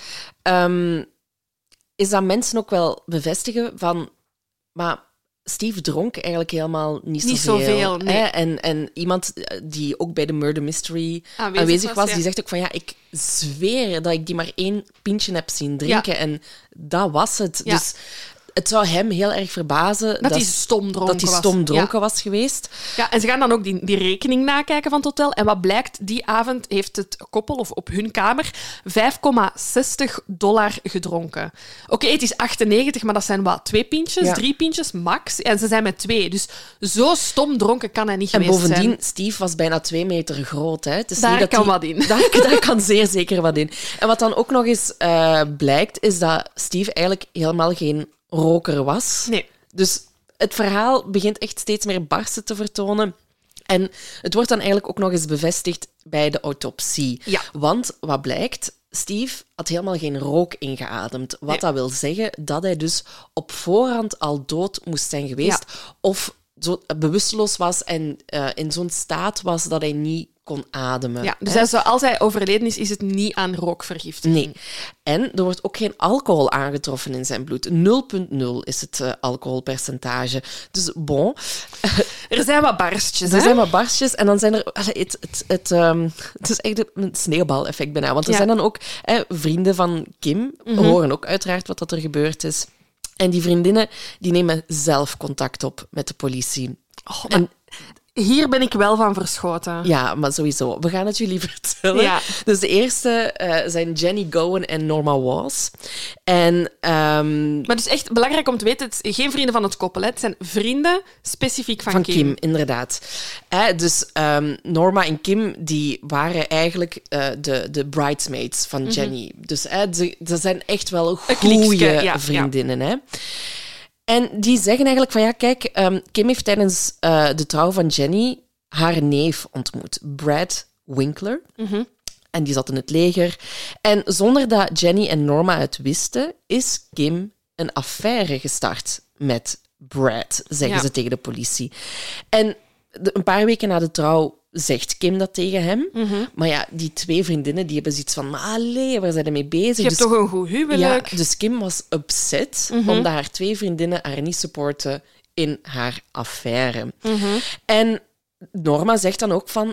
is dat mensen ook wel bevestigen van... Maar... Steve dronk eigenlijk helemaal niet zoveel. Nee. En iemand die ook bij de Murder Mystery aanwezig was, die zegt ook van ik zweer dat ik die maar 1 pintje heb zien drinken. En dat was het. Ja. Dus het zou hem heel erg verbazen dat hij stom dronken was geweest. Ja, en ze gaan dan ook die rekening nakijken van het hotel. En wat blijkt, die avond heeft het koppel of op hun kamer $5,60 gedronken. Oké, het is 98, maar dat zijn 2 pintjes, 3 pintjes max. En ze zijn met 2. Dus zo stom dronken kan hij niet geweest zijn. En bovendien, Steve was bijna 2 meter groot. Hè. Het is daar niet dat kan wat in. Daar kan zeer zeker wat in. En wat dan ook nog eens blijkt, is dat Steve eigenlijk helemaal geen roker was. Nee. Dus het verhaal begint echt steeds meer barsten te vertonen. En het wordt dan eigenlijk ook nog eens bevestigd bij de autopsie. Ja. Want wat blijkt? Steve had helemaal geen rook ingeademd. Wat dat wil zeggen dat hij dus op voorhand al dood moest zijn geweest. Of zo bewusteloos was en in zo'n staat was dat hij niet kon ademen. Ja, dus als hij overleden is het niet aan rookvergiftiging. Nee. En er wordt ook geen alcohol aangetroffen in zijn bloed. 0,0 is het alcoholpercentage. Dus bon. Er zijn wat barstjes, Er zijn wat barstjes. En dan zijn er... Het is echt een sneeuwbaleffect bijna. Want er zijn dan ook vrienden van Kim. Horen ook uiteraard wat dat er gebeurd is. En die vriendinnen die nemen zelf contact op met de politie. Oh, en hier ben ik wel van verschoten. Ja, maar sowieso. We gaan het jullie vertellen. Ja. Dus de eerste zijn Jenny Gowan en Norma Was. En, maar het is echt belangrijk om te weten, het is geen vrienden van het koppel. Hè. Het zijn vrienden specifiek van Kim. Inderdaad. Dus Norma en Kim die waren eigenlijk de bridesmaids van Jenny. Dus ze zijn echt wel goede vriendinnen. Hè. En die zeggen eigenlijk van kijk, Kim heeft tijdens de trouw van Jenny haar neef ontmoet, Brad Winkler. En die zat in het leger. En zonder dat Jenny en Norma het wisten, is Kim een affaire gestart met Brad, zeggen ze tegen de politie. En een paar weken na de trouw zegt Kim dat tegen hem. Maar die 2 vriendinnen die hebben zoiets van... Allee, waar zijn ze mee bezig? Je hebt toch een goed huwelijk? Ja, dus Kim was upset omdat haar 2 vriendinnen haar niet supporten in haar affaire. En Norma zegt dan ook van...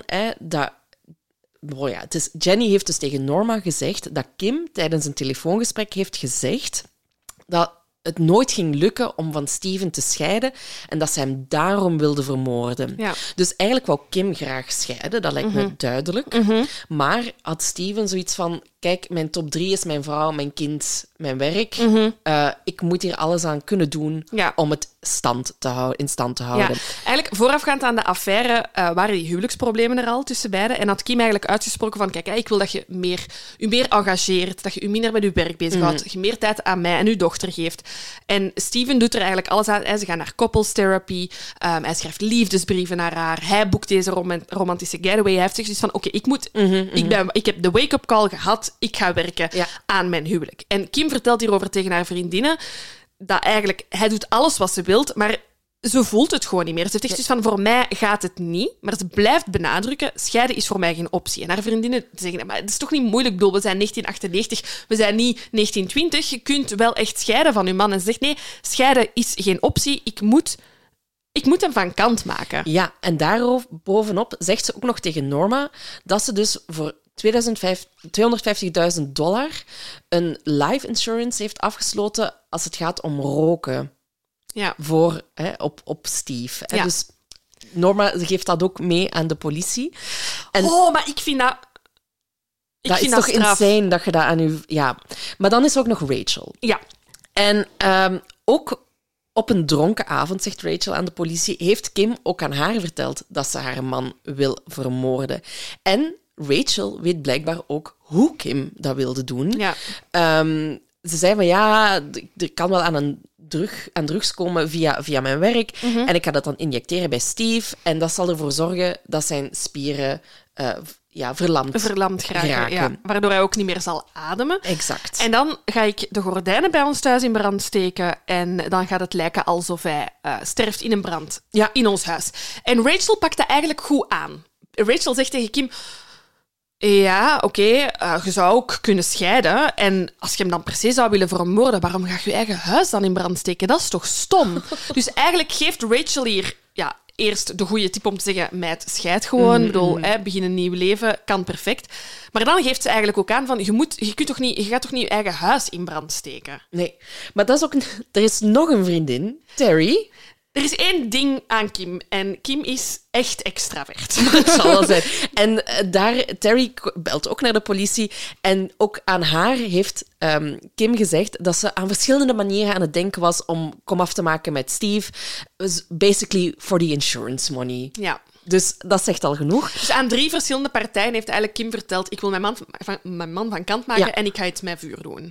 Jenny heeft dus tegen Norma gezegd dat Kim tijdens een telefoongesprek heeft gezegd dat het nooit ging lukken om van Steven te scheiden en dat ze hem daarom wilde vermoorden. Ja. Dus eigenlijk wou Kim graag scheiden, dat lijkt me duidelijk. Maar had Steven zoiets van, kijk, mijn top 3 is mijn vrouw, mijn kind, mijn werk. Ik moet hier alles aan kunnen doen om het in stand te houden. Ja. Eigenlijk, voorafgaand aan de affaire waren die huwelijksproblemen er al tussen beiden. En had Kim eigenlijk uitgesproken van, kijk, ik wil dat je u meer engageert, dat je u minder met je werk bezighoudt, dat je meer tijd aan mij en uw dochter geeft. En Steven doet er eigenlijk alles aan. Ze gaan naar couples therapy, hij schrijft liefdesbrieven naar haar, hij boekt deze romantische getaway. Hij heeft zich dus van, oké, ik heb de wake-up call gehad, ik ga werken aan mijn huwelijk. En Kim vertelt hierover tegen haar vriendinnen dat eigenlijk, hij doet alles wat ze wilt, maar ze voelt het gewoon niet meer. Ze zegt dus van, voor mij gaat het niet, maar ze blijft benadrukken, scheiden is voor mij geen optie. En haar vriendinnen zeggen, maar het is toch niet moeilijk, ik bedoel, we zijn 1998, we zijn niet 1920, je kunt wel echt scheiden van je man. En ze zegt, nee, scheiden is geen optie, ik moet hem van kant maken. Ja, en daarbovenop zegt ze ook nog tegen Norma dat ze dus voor $250.000 een life insurance heeft afgesloten als het gaat om roken. Ja. Op Steve. Ja. Dus Norma geeft dat ook mee aan de politie. En maar ik vind dat... dat is toch insane dat je dat aan je... Ja. Maar dan is er ook nog Rachel. Ja. En ook op een dronken avond, zegt Rachel aan de politie, heeft Kim ook aan haar verteld dat ze haar man wil vermoorden. En Rachel weet blijkbaar ook hoe Kim dat wilde doen. Ja. Ze zei van er kan wel aan drugs komen via mijn werk. En ik ga dat dan injecteren bij Steve. En dat zal ervoor zorgen dat zijn spieren verlamd geraken. Ja, waardoor hij ook niet meer zal ademen. Exact. En dan ga ik de gordijnen bij ons thuis in brand steken. En dan gaat het lijken alsof hij sterft in een brand in ons huis. En Rachel pakt dat eigenlijk goed aan. Rachel zegt tegen Kim... Ja, oké, je zou ook kunnen scheiden. En als je hem dan per se zou willen vermoorden, waarom ga je je eigen huis dan in brand steken? Dat is toch stom? Dus eigenlijk geeft Rachel hier eerst de goede tip om te zeggen, meid, scheid gewoon. Ik bedoel, begin een nieuw leven, kan perfect. Maar dan geeft ze eigenlijk ook aan van, je gaat toch niet je eigen huis in brand steken? Nee, maar dat is ook... Er is nog een vriendin, Terry... Er is één ding aan Kim. En Kim is echt extravert. Dat zal wel zijn. En Terry belt ook naar de politie. En ook aan haar heeft Kim gezegd dat ze aan verschillende manieren aan het denken was om komaf te maken met Steve. Basically for the insurance money. Ja. Dus dat zegt al genoeg. Dus aan 3 verschillende partijen heeft eigenlijk Kim verteld, ik wil mijn man van kant maken en ik ga iets met vuur doen.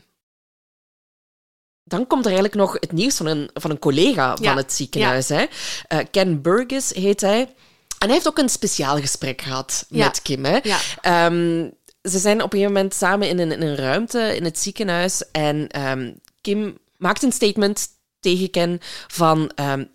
Dan komt er eigenlijk nog het nieuws van een collega van het ziekenhuis. Ja. Hè? Ken Burgess heet hij. En hij heeft ook een speciaal gesprek gehad met Kim. Hè? Ja. Ze zijn op een gegeven moment samen in een ruimte in het ziekenhuis. En Kim maakt een statement tegen Ken van...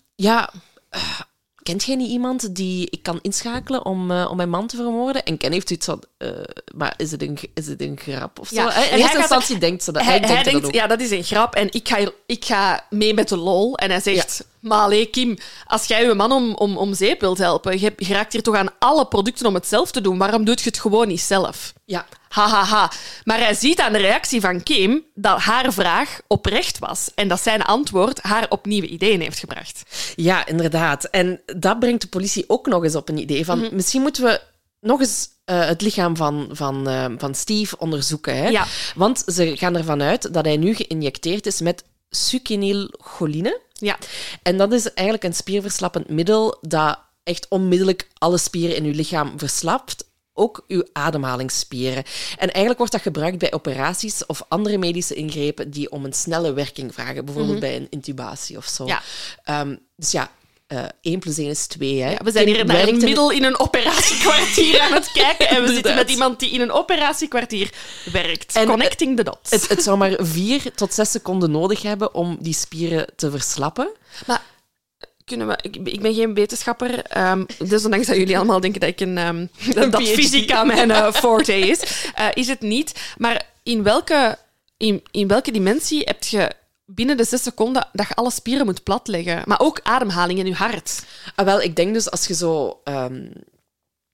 kent jij niet iemand die ik kan inschakelen om mijn man te vermoorden? En Ken heeft zoiets van... maar is het een grap of zo? Ja. In eerste instantie denkt ze dat. Hij denkt dat ook. Ja, dat is een grap. En ik ga mee met de lol. En hij zegt... Maar allee, Kim, als jij je man om zeep wilt helpen, je raakt hier toch aan alle producten om het zelf te doen. Waarom doe je het gewoon niet zelf? Ja. Ha. Maar hij ziet aan de reactie van Kim dat haar vraag oprecht was en dat zijn antwoord haar op nieuwe ideeën heeft gebracht. Ja, inderdaad. En dat brengt de politie ook nog eens op een idee van... Misschien moeten we nog eens het lichaam van Steve onderzoeken. Hè? Ja. Want ze gaan ervan uit dat hij nu geïnjecteerd is met succinylcholine. Ja. En dat is eigenlijk een spierverslappend middel dat echt onmiddellijk alle spieren in uw lichaam verslapt. Ook uw ademhalingsspieren. En eigenlijk wordt dat gebruikt bij operaties of andere medische ingrepen die om een snelle werking vragen. Bijvoorbeeld bij een intubatie of zo. Ja. Dus 1 + 1 is 2. Hè. Ja, we zijn hier naar een middel in een operatiekwartier aan het kijken en we zitten met iemand die in een operatiekwartier werkt. En connecting the dots. Het zou maar 4 tot 6 seconden nodig hebben om die spieren te verslappen. Maar ik ben geen wetenschapper, desondanks dat jullie allemaal denken dat ik dat fysica mijn forte is het niet. Maar in welke dimensie heb je binnen de 6 seconden dat je alle spieren moet platleggen? Maar ook ademhaling in je hart. Wel, ik denk dus als je zo...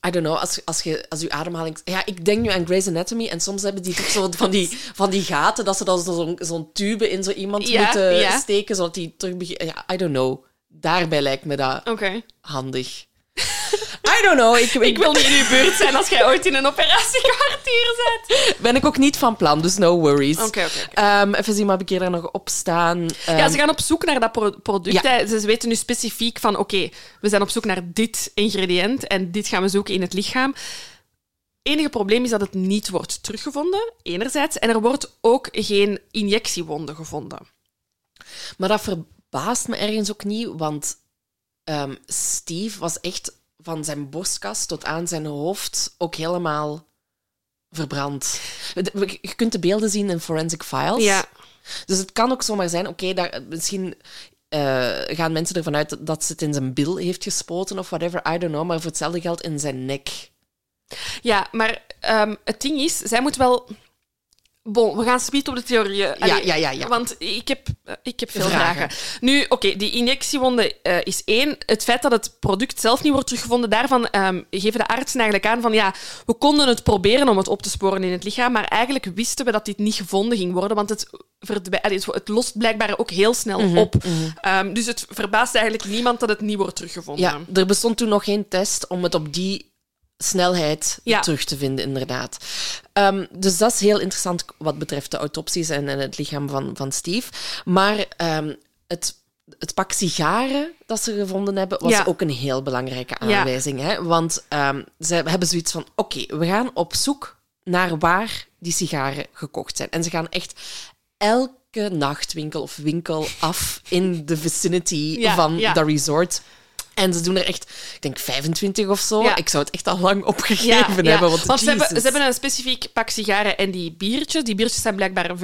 I don't know, als je ademhaling... Ja, ik denk nu aan Grey's Anatomy en soms hebben die toch zo van die gaten dat ze dan zo'n tube in zo iemand moeten steken, zodat die terug begint... Ja, I don't know. Daarbij lijkt me dat handig. I don't know. Ik wil niet in uw buurt zijn als jij ooit in een operatiekwartier zit. Ben ik ook niet van plan, dus no worries. Oké. Even zien, wat heb ik hier daar nog op staan? Ja, ze gaan op zoek naar dat product. Ja. Ze weten nu specifiek van, oké, we zijn op zoek naar dit ingrediënt en dit gaan we zoeken in het lichaam. Het enige probleem is dat het niet wordt teruggevonden, enerzijds. En er wordt ook geen injectiewonde gevonden. Maar dat verbaast me ergens ook niet, want Steve was echt van zijn borstkas tot aan zijn hoofd ook helemaal verbrand. Je kunt de beelden zien in Forensic Files. Ja. Dus het kan ook zomaar zijn, misschien gaan mensen ervan uit dat ze het in zijn bil heeft gespoten of whatever, I don't know, maar voor hetzelfde geld in zijn nek. Ja, maar het ding is, zij moet wel... Bon, we gaan speed op de theorieën. Ja. Want ik heb veel vragen. Nu, die injectiewonde is 1. Het feit dat het product zelf niet wordt teruggevonden, daarvan geven de artsen eigenlijk aan van we konden het proberen om het op te sporen in het lichaam, maar eigenlijk wisten we dat dit niet gevonden ging worden, want het lost blijkbaar ook heel snel op. Dus het verbaast eigenlijk niemand dat het niet wordt teruggevonden. Ja, er bestond toen nog geen test om het op die snelheid terug te vinden, inderdaad. Dus dat is heel interessant wat betreft de autopsies en het lichaam van Steve. Maar het pak sigaren dat ze gevonden hebben, was ook een heel belangrijke aanwijzing. Hè? Want ze hebben zoiets van, we gaan op zoek naar waar die sigaren gekocht zijn. En ze gaan echt elke nachtwinkel of winkel af in de vicinity van dat resort. En ze doen er echt, ik denk 25 of zo. Ja. Ik zou het echt al lang opgegeven hebben. Want ze hebben een specifiek pak sigaren en die biertjes. Die biertjes zijn blijkbaar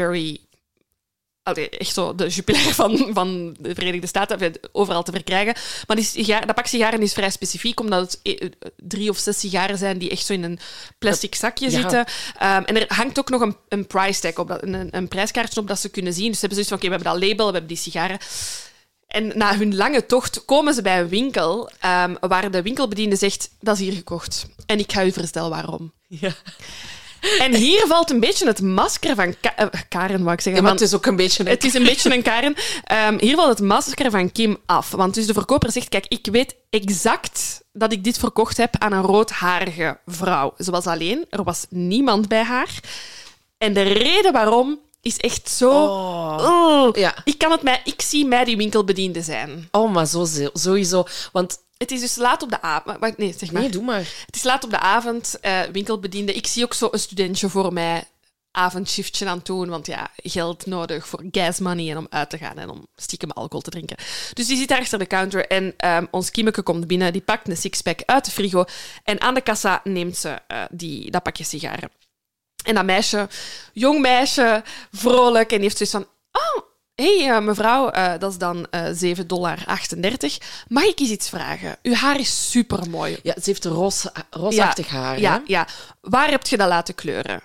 echt zo de Jupiler van de Verenigde Staten, overal te verkrijgen. Maar dat pak sigaren is vrij specifiek, omdat het 3 of 6 sigaren zijn die echt zo in een plastic zakje zitten. En er hangt ook nog een price tag op, een prijskaartje op dat ze kunnen zien. Dus ze hebben zoiets van, we hebben dat label, we hebben die sigaren. En na hun lange tocht komen ze bij een winkel waar de winkelbediende zegt, dat is hier gekocht. En ik ga u vertellen waarom. Ja. En hier valt een beetje het masker van Karen, wou ik zeggen. Ja, maar het is ook een beetje Het is een beetje een Karen. Hier valt het masker van Kim af. Want dus de verkoper zegt, kijk, ik weet exact dat ik dit verkocht heb aan een roodharige vrouw. Ze was alleen, er was niemand bij haar. En de reden waarom is echt zo... Ik zie mij die winkelbediende zijn. Oh, maar sowieso. Want het is dus laat op de avond... Nee, zeg maar. Nee, doe maar. Het is laat op de avond, winkelbediende. Ik zie ook zo een studentje voor mij avondshiftje aan het doen, want geld nodig voor gas money en om uit te gaan en om stiekem alcohol te drinken. Dus die zit daar achter de counter en ons Kimmeke komt binnen, die pakt een sixpack uit de frigo en aan de kassa neemt ze dat pakje sigaren. En dat meisje, jong meisje, vrolijk, en die heeft zoiets van... Oh, hey, mevrouw, dat is dan $7,38. Mag ik eens iets vragen? Uw haar is supermooi. Ja, ze heeft roosachtig haar. Ja. Waar heb je dat laten kleuren?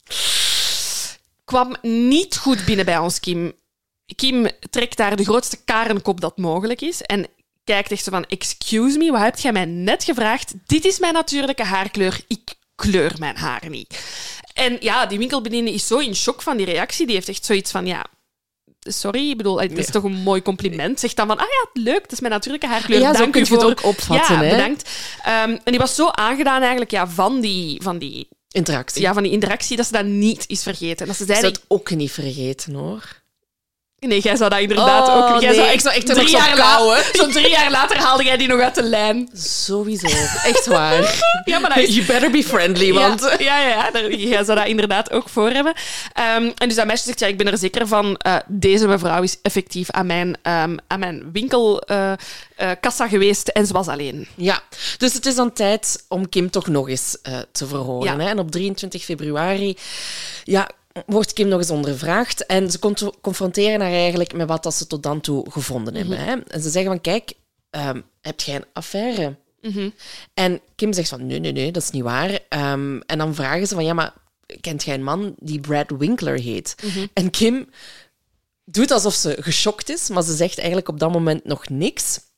Kwam niet goed binnen bij ons, Kim. Kim trekt daar de grootste karenkop dat mogelijk is en kijkt echt zo van... Excuse me, wat heb jij mij net gevraagd? Dit is mijn natuurlijke haarkleur. Ik kleur mijn haar niet. En die winkelbediende is zo in shock van die reactie. Die heeft echt zoiets van, sorry, ik bedoel, het is toch een mooi compliment. Zegt dan van, leuk, dat is mijn natuurlijke haarkleur. Ja, dank zo kun je het ook opvatten. Ja, bedankt. En die was zo aangedaan eigenlijk van die interactie. Ja, van die interactie, dat ze dat niet is vergeten. Dat ze zei, ik zou het ook niet vergeten, hoor. Nee, jij zou dat inderdaad ook... Ik zou echt 3 jaar later... Zo'n 3 jaar later haalde jij die nog uit de lijn. Sowieso. Echt waar. Ja, maar dat is... You better be friendly, want... Ja. Jij zou dat inderdaad ook voor hebben. En dus dat meisje zegt, ik ben er zeker van, deze mevrouw is effectief aan mijn winkelkassa geweest en ze was alleen. Ja, dus het is dan tijd om Kim toch nog eens te verhoren. Hè? En op 23 februari... wordt Kim nog eens ondervraagd en ze confronteren haar eigenlijk met wat dat ze tot dan toe gevonden hebben. Hè? En ze zeggen van, kijk, heb jij een affaire? En Kim zegt van, nee, dat is niet waar. En dan vragen ze van, maar kent jij een man die Brad Winkler heet? En Kim doet alsof ze geschokt is, maar ze zegt eigenlijk op dat moment nog niks.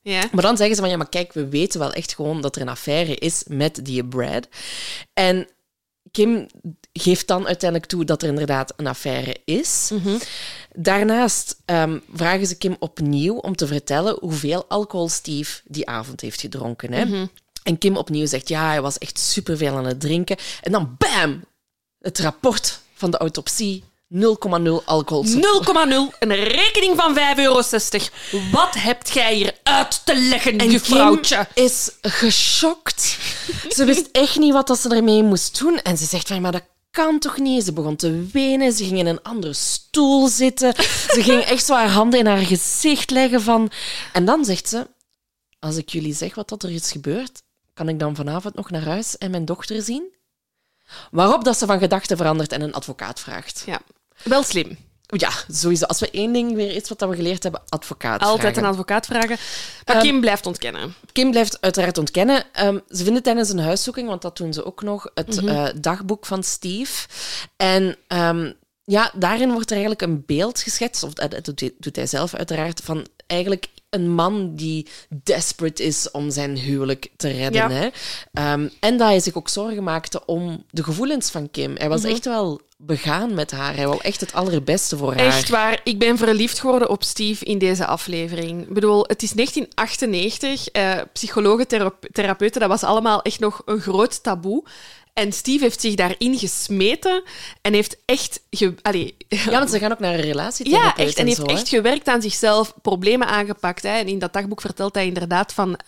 Ja. Maar dan zeggen ze van, ja, maar kijk, we weten wel echt gewoon dat er een affaire is met die Brad. En Kim geeft dan uiteindelijk toe dat er inderdaad een affaire is. Daarnaast vragen ze Kim opnieuw om te vertellen hoeveel alcohol Steve die avond heeft gedronken. Hè? En Kim opnieuw zegt, ja, hij was echt superveel aan het drinken. En dan, bam, het rapport van de autopsie. 0,0 alcohol. 0,0. Een rekening van €5,60. Wat hebt jij hier uit te leggen, En juffrouwtje? Kim is geschokt. Ze wist echt niet wat dat ze ermee moest doen. En ze zegt van, maar dat kan toch niet? Ze begon te wenen. Ze ging in een andere stoel zitten. Ze ging echt zo haar handen in haar gezicht leggen van... En dan zegt ze, als ik jullie zeg wat dat er is gebeurd, kan ik dan vanavond nog naar huis en mijn dochter zien? Waarop dat ze van gedachten verandert en een advocaat vraagt. Ja, wel slim. Ja, sowieso. Als we één ding weer iets wat we geleerd hebben, advocaat Altijd vragen. een advocaat vragen. Maar Kim blijft ontkennen. Kim blijft uiteraard ontkennen. Ze vinden tijdens een huiszoeking, want dat doen ze ook nog, het dagboek van Steve. En ja, daarin wordt er eigenlijk een beeld geschetst, of dat doet hij zelf uiteraard, van eigenlijk een man die desperate is om zijn huwelijk te redden. Ja. Hè? En dat hij zich ook zorgen maakte om de gevoelens van Kim. Hij was echt wel begaan met haar. Hij wou echt het allerbeste voor haar. Echt waar. Ik ben verliefd geworden op Steve in deze aflevering. Ik bedoel, het is 1998. Psychologen, therapeuten, dat was allemaal echt nog een groot taboe. En Steve heeft zich daarin gesmeten en heeft echt... Ja, want ze gaan ook naar een relatietherapeut. Ja, echt. En heeft zo, echt gewerkt aan zichzelf, problemen aangepakt. Hè. En in dat dagboek vertelt hij inderdaad van...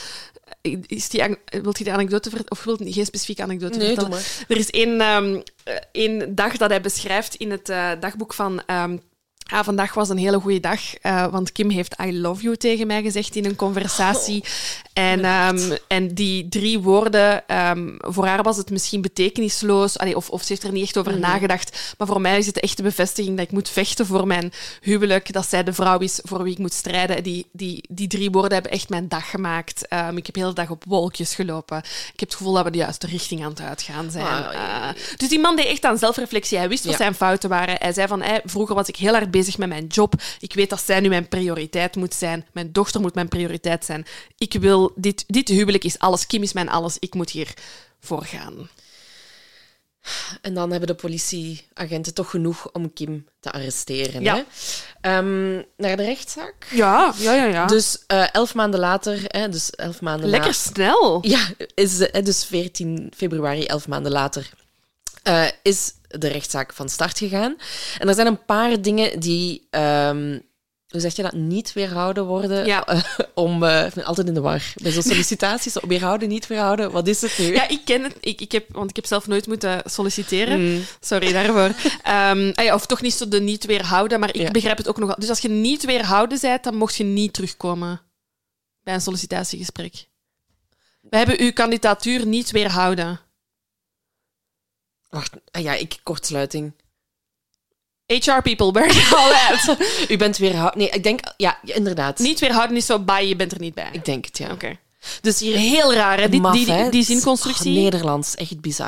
wilt je de anekdote vertellen? Of wil je geen specifieke anekdote Nee, vertellen? doe maar. Er is één dag dat hij beschrijft in het dagboek van... vandaag was een hele goede dag, want Kim heeft I love you tegen mij gezegd in een conversatie. En die 3 woorden, voor haar was het misschien betekenisloos, of ze heeft er niet echt over nagedacht, maar voor mij is het echt de bevestiging dat ik moet vechten voor mijn huwelijk, dat zij de vrouw is voor wie ik moet strijden. Die 3 woorden hebben echt mijn dag gemaakt. Ik heb de hele dag op wolkjes gelopen. Ik heb het gevoel dat we de juiste richting aan het uitgaan zijn. Dus die man deed echt aan zelfreflectie. Hij wist wat zijn fouten waren. Hij zei van, vroeger was ik heel hard bezig met mijn job. Ik weet dat zij nu mijn prioriteit moet zijn. Mijn dochter moet mijn prioriteit zijn. Ik wil... Dit huwelijk is alles. Kim is mijn alles. Ik moet hier voor gaan. En dan hebben de politieagenten toch genoeg om Kim te arresteren. Ja. Hè? Naar de rechtszaak. Ja. Dus 11 maanden later... dus 11 maanden Lekker snel. Ja, dus 14 februari, 11 maanden later... is de rechtszaak van start gegaan. En er zijn een paar dingen die, hoe zeg je dat, niet weerhouden worden. Ja. Ik ben altijd in de war. Bij zo'n sollicitaties, weerhouden, niet weerhouden, wat is het nu? Ja, ik ken het. Want ik heb zelf nooit moeten solliciteren. Sorry daarvoor. Of toch niet zo de niet weerhouden, maar ik begrijp het ook nog wel. Dus als je niet weerhouden bent, dan mocht je niet terugkomen bij een sollicitatiegesprek. We hebben uw kandidatuur niet weerhouden. Wacht, kortsluiting. HR people, where are all at? U bent weerhouden. Nee, ik denk... Ja, inderdaad. Niet weerhouden is zo bij, je bent er niet bij. Ik denk het, ja. Oké. Dus hier... Heel raar, hè? Die zinconstructie. Nederlands, echt bizar.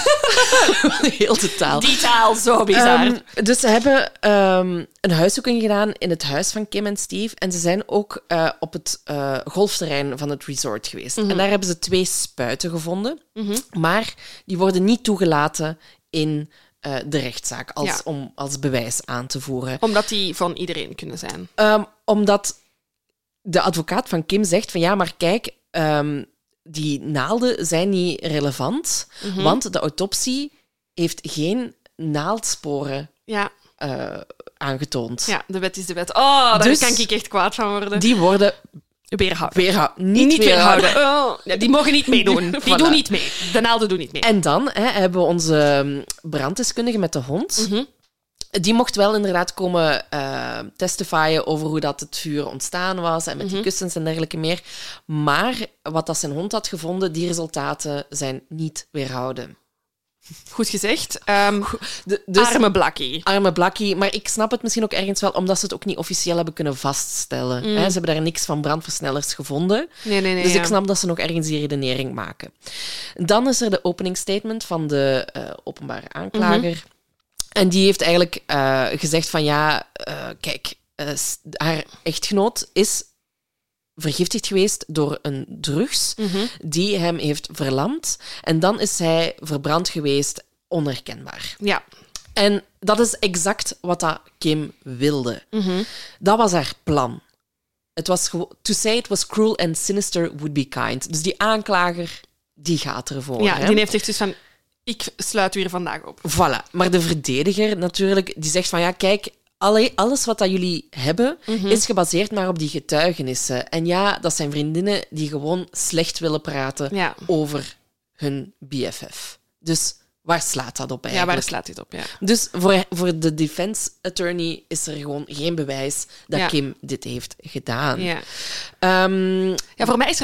Heel de taal. Die taal, zo bizar. Dus ze hebben een huiszoeking gedaan in het huis van Kim en Steve. En ze zijn ook op het golfterrein van het resort geweest. En daar hebben ze 2 spuiten gevonden. Maar die worden niet toegelaten in de rechtszaak om als bewijs aan te voeren. Omdat die van iedereen kunnen zijn. Omdat de advocaat van Kim zegt van ja, maar kijk, die naalden zijn niet relevant, want de autopsie heeft geen naaldsporen aangetoond. Ja, de wet is de wet. Oh, daar Dus kan ik echt kwaad van worden. Die worden niet weerhouden. Oh, ja, die mogen niet meedoen. Die doen niet mee. De naalden doen niet mee. En dan hebben we onze branddeskundige met de hond. Die mocht wel inderdaad komen testifyen over hoe dat het vuur ontstaan was en met die kussens en dergelijke meer. Maar wat dat zijn hond had gevonden, die resultaten zijn niet weerhouden. Goed gezegd. Dus, arme Blakkie. Arme Blakkie. Maar ik snap het misschien ook ergens wel, omdat ze het ook niet officieel hebben kunnen vaststellen. Ze hebben daar niks van brandversnellers gevonden. Nee. Dus ik snap dat ze nog ergens die redenering maken. Dan is er de openingsstatement van de openbare aanklager. En die heeft eigenlijk gezegd van kijk, haar echtgenoot is vergiftigd geweest door een drugs die hem heeft verlamd. En dan is hij verbrand geweest, onherkenbaar. Ja. En dat is exact wat dat Kim wilde. Dat was haar plan. Het was to say it was cruel and sinister would be kind. Dus die aanklager, die gaat ervoor. Ja, hè? die heeft echt zoiets van... Ik sluit u hier vandaag op. Voilà. Maar de verdediger natuurlijk, die zegt van ja, kijk, alles wat dat jullie hebben, is gebaseerd maar op die getuigenissen. En ja, dat zijn vriendinnen die gewoon slecht willen praten over hun BFF. Dus waar slaat dat op eigenlijk? Ja, waar slaat dit op, ja. Dus voor de defense attorney is er gewoon geen bewijs dat Kim dit heeft gedaan. Ja. Ja, voor mij is er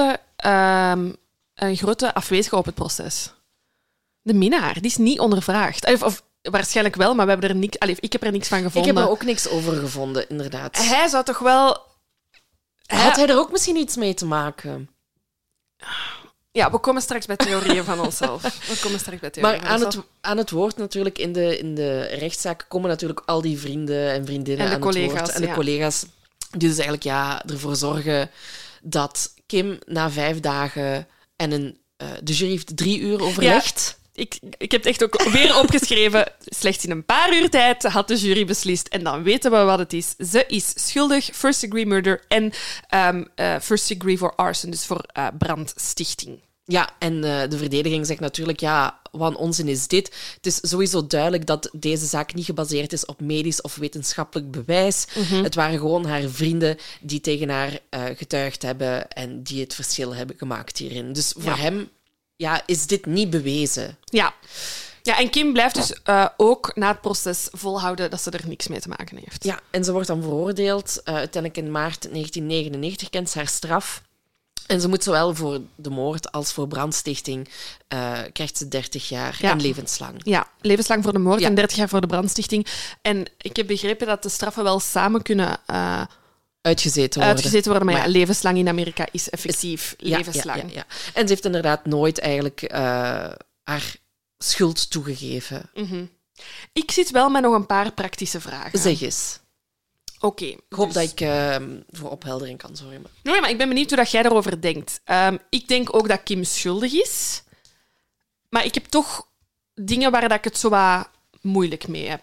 een grote afwezige op het proces. De minnaar, die is niet ondervraagd. Of waarschijnlijk wel, maar we hebben er niks... ik heb er niks van gevonden. Ik heb er ook niks over gevonden, inderdaad. Hij zou toch wel... Had hij er ook misschien iets mee te maken? Ja, we komen straks bij theorieën van onszelf. Maar aan het woord natuurlijk, in de rechtszaak komen natuurlijk al die vrienden en vriendinnen en de aan collega's, het woord. En de collega's die dus eigenlijk ervoor zorgen dat Kim na 5 dagen en de jury heeft 3 uur overlegd. Ja, ik heb het echt ook weer opgeschreven. Slechts in een paar uur tijd had de jury beslist. En dan weten we wat het is. Ze is schuldig, first-degree murder en first-degree for arson, dus voor brandstichting. Ja, en de verdediging zegt natuurlijk, ja, wat een onzin is dit. Het is sowieso duidelijk dat deze zaak niet gebaseerd is op medisch of wetenschappelijk bewijs. Het waren gewoon haar vrienden die tegen haar getuigd hebben en die het verschil hebben gemaakt hierin. Dus voor hem is dit niet bewezen. Ja. Ja, en Kim blijft dus ook na het proces volhouden dat ze er niks mee te maken heeft. Ja, en ze wordt dan veroordeeld. Uiteindelijk in maart 1999 kent ze haar straf. En ze moet zowel voor de moord als voor brandstichting krijgt ze 30 jaar en levenslang. Ja, levenslang voor de moord en 30 jaar voor de brandstichting. En ik heb begrepen dat de straffen wel samen kunnen... Uitgezeten worden. Maar levenslang in Amerika is effectief levenslang. Ja. En ze heeft inderdaad nooit eigenlijk haar schuld toegegeven. Ik zit wel met nog een paar praktische vragen. Zeg eens. Oké. Ik hoop dat ik voor opheldering kan zorgen. Nee, maar ik ben benieuwd hoe dat jij erover denkt. Ik denk ook dat Kim schuldig is. Maar ik heb toch dingen waar dat ik het zo wat moeilijk mee heb.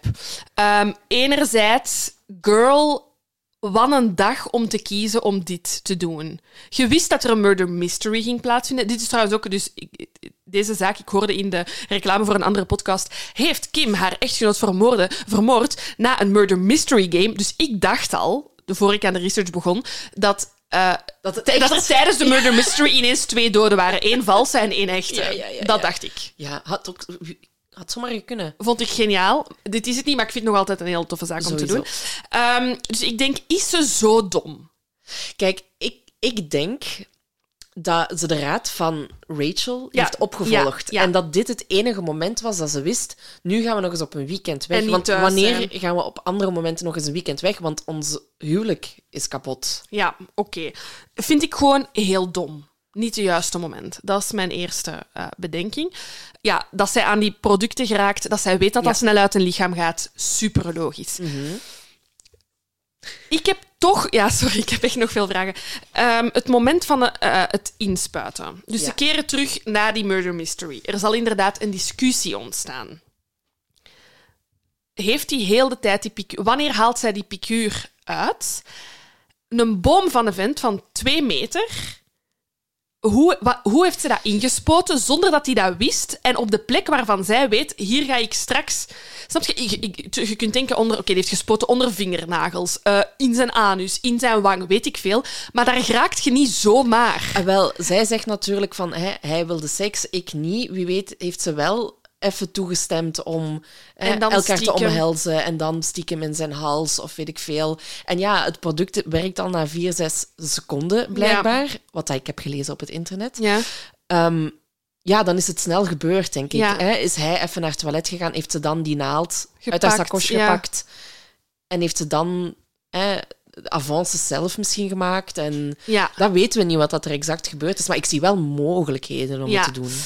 Enerzijds, girl... Wat een dag om te kiezen om dit te doen. Je wist dat er een murder mystery ging plaatsvinden. Dit is trouwens ook... Dus deze zaak, ik hoorde in de reclame voor een andere podcast... Heeft Kim haar echtgenoot vermoord na een murder mystery game. Dus ik dacht al, voor ik aan de research begon... Dat er tijdens de murder mystery ineens 2 doden waren. 1 valse en 1 echte. Dat dacht ik. Ja, had zomaar kunnen. Vond ik geniaal. Dit is het niet, maar ik vind het nog altijd een heel toffe zaak om te doen. Dus ik denk, is ze zo dom? Kijk, ik denk dat ze de raad van Rachel heeft opgevolgd. En dat dit het enige moment was dat ze wist, nu gaan we nog eens op een weekend weg. Want wanneer gaan we op andere momenten nog eens een weekend weg? Want ons huwelijk is kapot. Ja, oké. Vind ik gewoon heel dom. Niet het juiste moment. Dat is mijn eerste bedenking. Ja, dat zij aan die producten geraakt, dat zij weet dat dat snel uit een lichaam gaat, super logisch. Ik heb toch... Ja, sorry, ik heb echt nog veel vragen. Het moment van het inspuiten. Dus ze keren terug naar die murder mystery. Er zal inderdaad een discussie ontstaan. Heeft die heel de tijd die piqûre... Wanneer haalt zij die piqûre uit? Een boom van een vent van 2 meter... Hoe heeft ze dat ingespoten zonder dat hij dat wist? En op de plek waarvan zij weet, hier ga ik straks... Snap je? Je kunt denken, die heeft gespoten onder vingernagels, in zijn anus, in zijn wang, weet ik veel. Maar daar geraakt je niet zomaar. Wel, zij zegt natuurlijk van, hij wilde seks, ik niet. Wie weet heeft ze wel even toegestemd om elkaar te omhelzen en dan stiekem in zijn hals of weet ik veel. En ja, het product werkt al na 4-6 seconden, blijkbaar. Wat ik heb gelezen op het internet. Ja, dan is het snel gebeurd, denk ik. Is hij even naar het toilet gegaan, heeft ze dan die naald uit haar sakosje gepakt en heeft ze dan avances zelf misschien gemaakt. En dat weten we niet wat er exact gebeurd is, maar ik zie wel mogelijkheden om het te doen.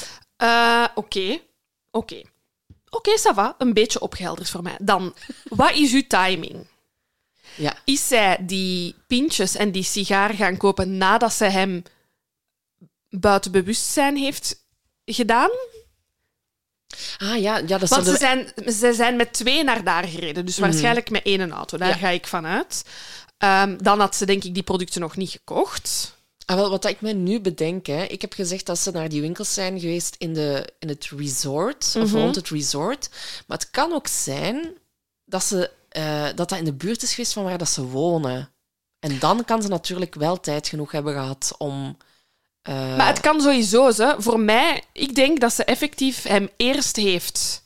Oké, ça va. Een beetje opgehelderd voor mij. Dan, wat is uw timing? Ja. Is zij die pintjes en die sigaar gaan kopen nadat ze hem buiten bewustzijn heeft gedaan? Ah ja, dat Want zou ze zijn met 2 naar daar gereden. Dus waarschijnlijk met 1 auto. Daar ga ik van uit. Dan had ze denk ik die producten nog niet gekocht. Wel, wat ik me nu bedenk, hè. Ik heb gezegd dat ze naar die winkels zijn geweest in het resort, of rond het resort. Maar het kan ook zijn dat dat in de buurt is geweest van waar dat ze wonen. En dan kan ze natuurlijk wel tijd genoeg hebben gehad om... Maar het kan sowieso, hè. Voor mij, ik denk dat ze effectief hem eerst heeft...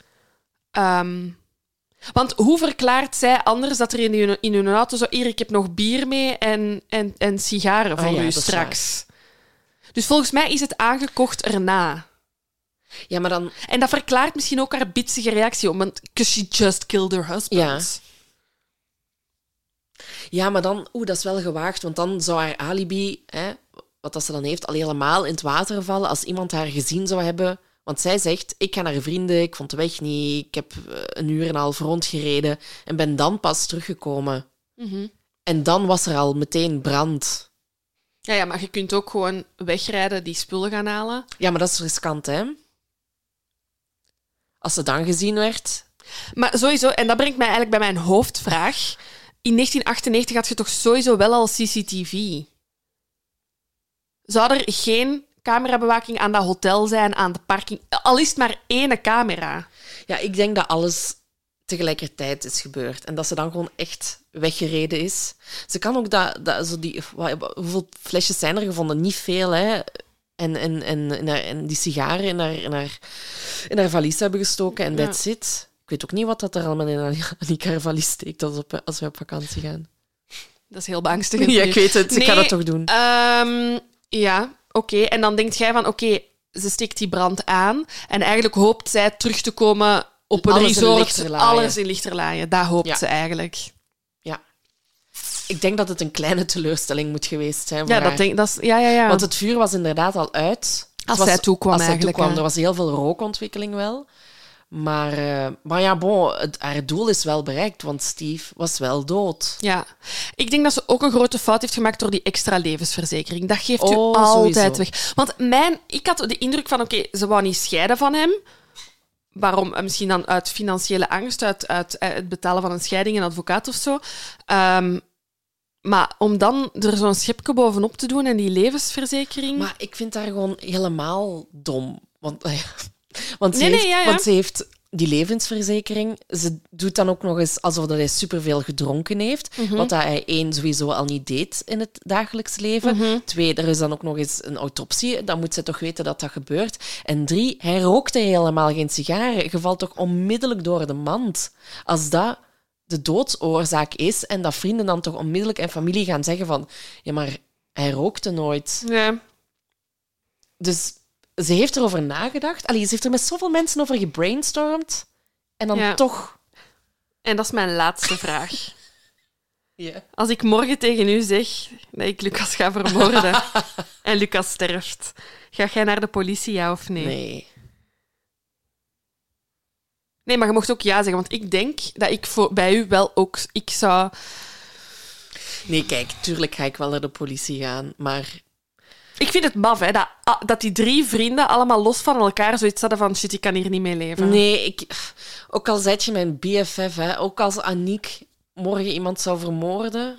Want hoe verklaart zij anders dat er in hun auto zo... Hier, ik heb nog bier mee en sigaren voor u straks. Dus volgens mij is het aangekocht erna. Ja, maar dan... En dat verklaart misschien ook haar bitsige reactie. Want because she just killed her husband. Ja, maar dan... dat is wel gewaagd. Want dan zou haar alibi, wat dat ze dan heeft, al helemaal in het water vallen als iemand haar gezien zou hebben... Want zij zegt, ik ga naar vrienden, ik vond de weg niet, ik heb 1 uur en een half rondgereden en ben dan pas teruggekomen. En dan was er al meteen brand. Ja, maar je kunt ook gewoon wegrijden, die spullen gaan halen. Ja, maar dat is riskant, hè? Als ze dan gezien werd... Maar sowieso, en dat brengt mij eigenlijk bij mijn hoofdvraag. In 1998 had je toch sowieso wel al CCTV? Zou er geen camerabewaking aan dat hotel zijn, aan de parking? Al is het maar 1 camera. Ja, ik denk dat alles tegelijkertijd is gebeurd. En dat ze dan gewoon echt weggereden is. Ze kan ook hoeveel flesjes zijn er gevonden? Niet veel, hè? En die sigaren in haar valies hebben gestoken en that's it. Ik weet ook niet wat dat er allemaal in haar valies steekt als we op vakantie gaan. Dat is heel beangstigend. Ja, ik weet het. Ik ga dat toch doen. Ja, oké. En dan denkt jij van, ze steekt die brand aan en eigenlijk hoopt zij terug te komen op een resort. Alles in Lichterlaaien. Dat hoopt ze eigenlijk. Ja. Ik denk dat het een kleine teleurstelling moet geweest zijn voor ja, haar. Dat is, ja. Want het vuur was inderdaad al uit. Als zij toekwam eigenlijk. Er was heel veel rookontwikkeling wel. Maar ja, haar doel is wel bereikt, want Steve was wel dood. Ja. Ik denk dat ze ook een grote fout heeft gemaakt door die extra levensverzekering. Dat geeft u altijd sowieso weg. Want ik had de indruk van, ze wou niet scheiden van hem. Waarom? Misschien dan uit financiële angst, uit het betalen van een scheiding, een advocaat of zo. Maar om dan er zo'n schepje bovenop te doen en die levensverzekering... Maar ik vind haar gewoon helemaal dom. Want ze heeft die levensverzekering. Ze doet dan ook nog eens alsof dat hij superveel gedronken heeft. Wat dat hij sowieso al niet deed in het dagelijks leven. 2, er is dan ook nog eens een autopsie. Dan moet ze toch weten dat dat gebeurt. En 3, hij rookte helemaal geen sigaren. Je valt toch onmiddellijk door de mand. Als dat de doodsoorzaak is en dat vrienden dan toch onmiddellijk en familie gaan zeggen van... Ja, maar hij rookte nooit. Ja. Dus... Ze heeft erover nagedacht. Ze heeft er met zoveel mensen over gebrainstormd. En dan toch... En dat is mijn laatste vraag. Ja. Als ik morgen tegen u zeg dat ik Lucas ga vermoorden en Lucas sterft, ga jij naar de politie, ja of nee? Nee. Nee, maar je mocht ook ja zeggen, want ik denk dat ik bij u wel ook... Ik zou... Nee, kijk, tuurlijk ga ik wel naar de politie gaan, maar... Ik vind het maf, hè, dat die 3 vrienden allemaal los van elkaar zoiets hadden van shit, ik kan hier niet mee leven. Nee, ook al zijt je mijn BFF, hè, ook als Aniek morgen iemand zou vermoorden...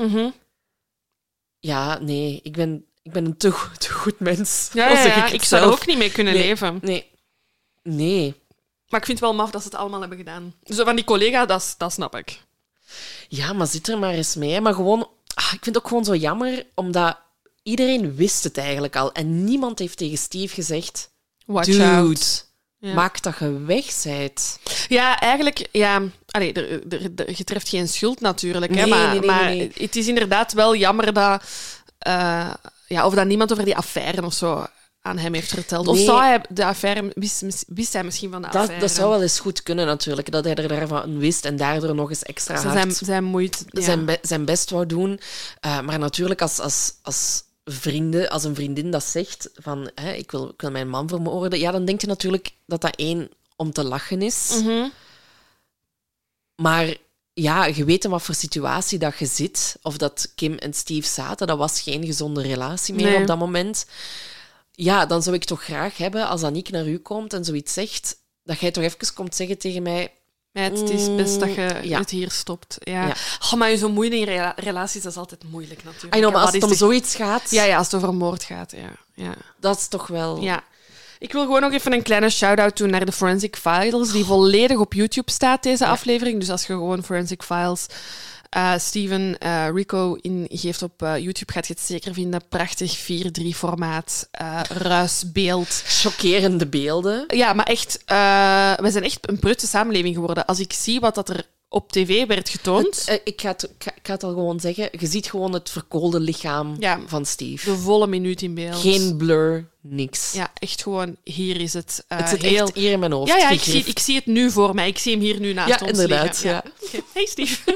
Ja, nee, ik ben een te goed mens. Ja, ik zou er ook niet mee kunnen leven. Nee. Maar ik vind het wel maf dat ze het allemaal hebben gedaan. Zo van die collega, dat snap ik. Ja, maar zit er maar eens mee. Hè. Maar gewoon... ik vind het ook gewoon zo jammer, omdat... Iedereen wist het eigenlijk al. En niemand heeft tegen Steve gezegd... Watch out. Maak dat je weg bent. Ja, eigenlijk... Ja, je treft geen schuld natuurlijk. Nee, hè, maar nee. Het is inderdaad wel jammer dat... of dat niemand over die affaire of zo aan hem heeft verteld. Nee. Of zou hij de affaire... Wist hij misschien van de affaire? Dat zou wel eens goed kunnen natuurlijk. Dat hij er daarvan wist en daardoor nog eens extra hard... Zijn moeite... Zijn best wou doen. Maar natuurlijk als vrienden, als een vriendin dat zegt van ik wil mijn man vermoorden, ja, dan denk je natuurlijk dat 1 om te lachen is. Maar ja, je weet in wat voor situatie dat je zit. Of dat Kim en Steve zaten. Dat was geen gezonde relatie meer op dat moment. Ja, dan zou ik toch graag hebben, als Aniek naar u komt en zoiets zegt, dat jij toch even komt zeggen tegen mij... Meid, het is best dat je het hier stopt. Ja. Oh, maar zo'n moeilijke relaties, dat is altijd moeilijk natuurlijk. I know, maar als het om zoiets gaat... Ja, als het over moord gaat, ja. Dat is toch wel... Ja. Ik wil gewoon nog even een kleine shout-out doen naar de Forensic Files, die volledig op YouTube staat, deze aflevering. Dus als je gewoon Forensic Files... Steven Rico ingeeft op YouTube, gaat je het zeker vinden. Prachtig 4:3-formaat, ruisbeeld. Chockerende beelden. Ja, maar echt, we zijn echt een prutte samenleving geworden. Als ik zie wat dat er op tv werd getoond... Ik ga het al gewoon zeggen. Je ziet gewoon het verkoolde lichaam van Steve. De volle minuut in beeld. Geen blur, niks. Ja, echt gewoon, hier is het. Het zit echt hier in mijn hoofd. Ja, ik zie het nu voor mij. Ik zie hem hier nu naast ons inderdaad, liggen. Ja, inderdaad. Okay. Hey, Steve.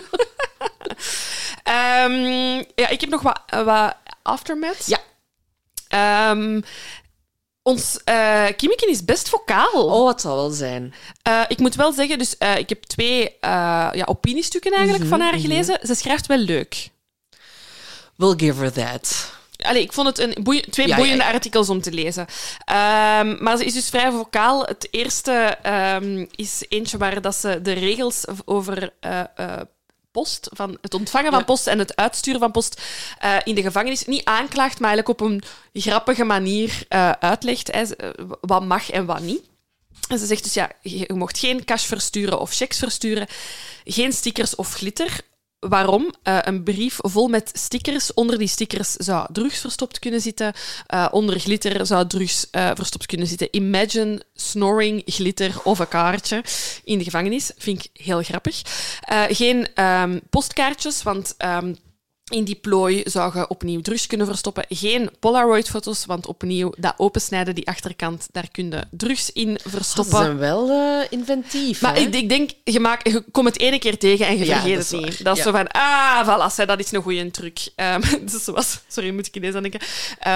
Ik heb nog wat aftermath. Ja. Ons Kimmeken is best vocaal. Oh, het zal wel zijn. Ik moet wel zeggen, dus ik heb 2 opiniestukken eigenlijk van haar gelezen. Ze schrijft wel leuk. We'll give her that. Allee, ik vond het twee boeiende artikels om te lezen. Maar ze is dus vrij vocaal. Het eerste is eentje waar dat ze de regels over... post, van het ontvangen van post en het uitsturen van post in de gevangenis niet aanklaagt, maar eigenlijk op een grappige manier uitlegt wat mag en wat niet. En ze zegt dus, je mocht geen cash versturen of checks versturen, geen stickers of glitter. Waarom? Een brief vol met stickers. Onder die stickers zou drugs verstopt kunnen zitten. Onder glitter zou drugs verstopt kunnen zitten. Imagine snoring, glitter of een kaartje in de gevangenis. Vind ik heel grappig. Geen postkaartjes, want... in die plooi zou je opnieuw drugs kunnen verstoppen. Geen Polaroid-foto's, want opnieuw dat opensnijden, die achterkant, daar kun je drugs in verstoppen. Ze zijn wel inventief. Maar hè? ik denk, je komt het 'ene keer tegen en je vergeet het niet. Dat is zo van, voilà, dat is een goeie truc. Dus sorry, moet ik ineens aan denken.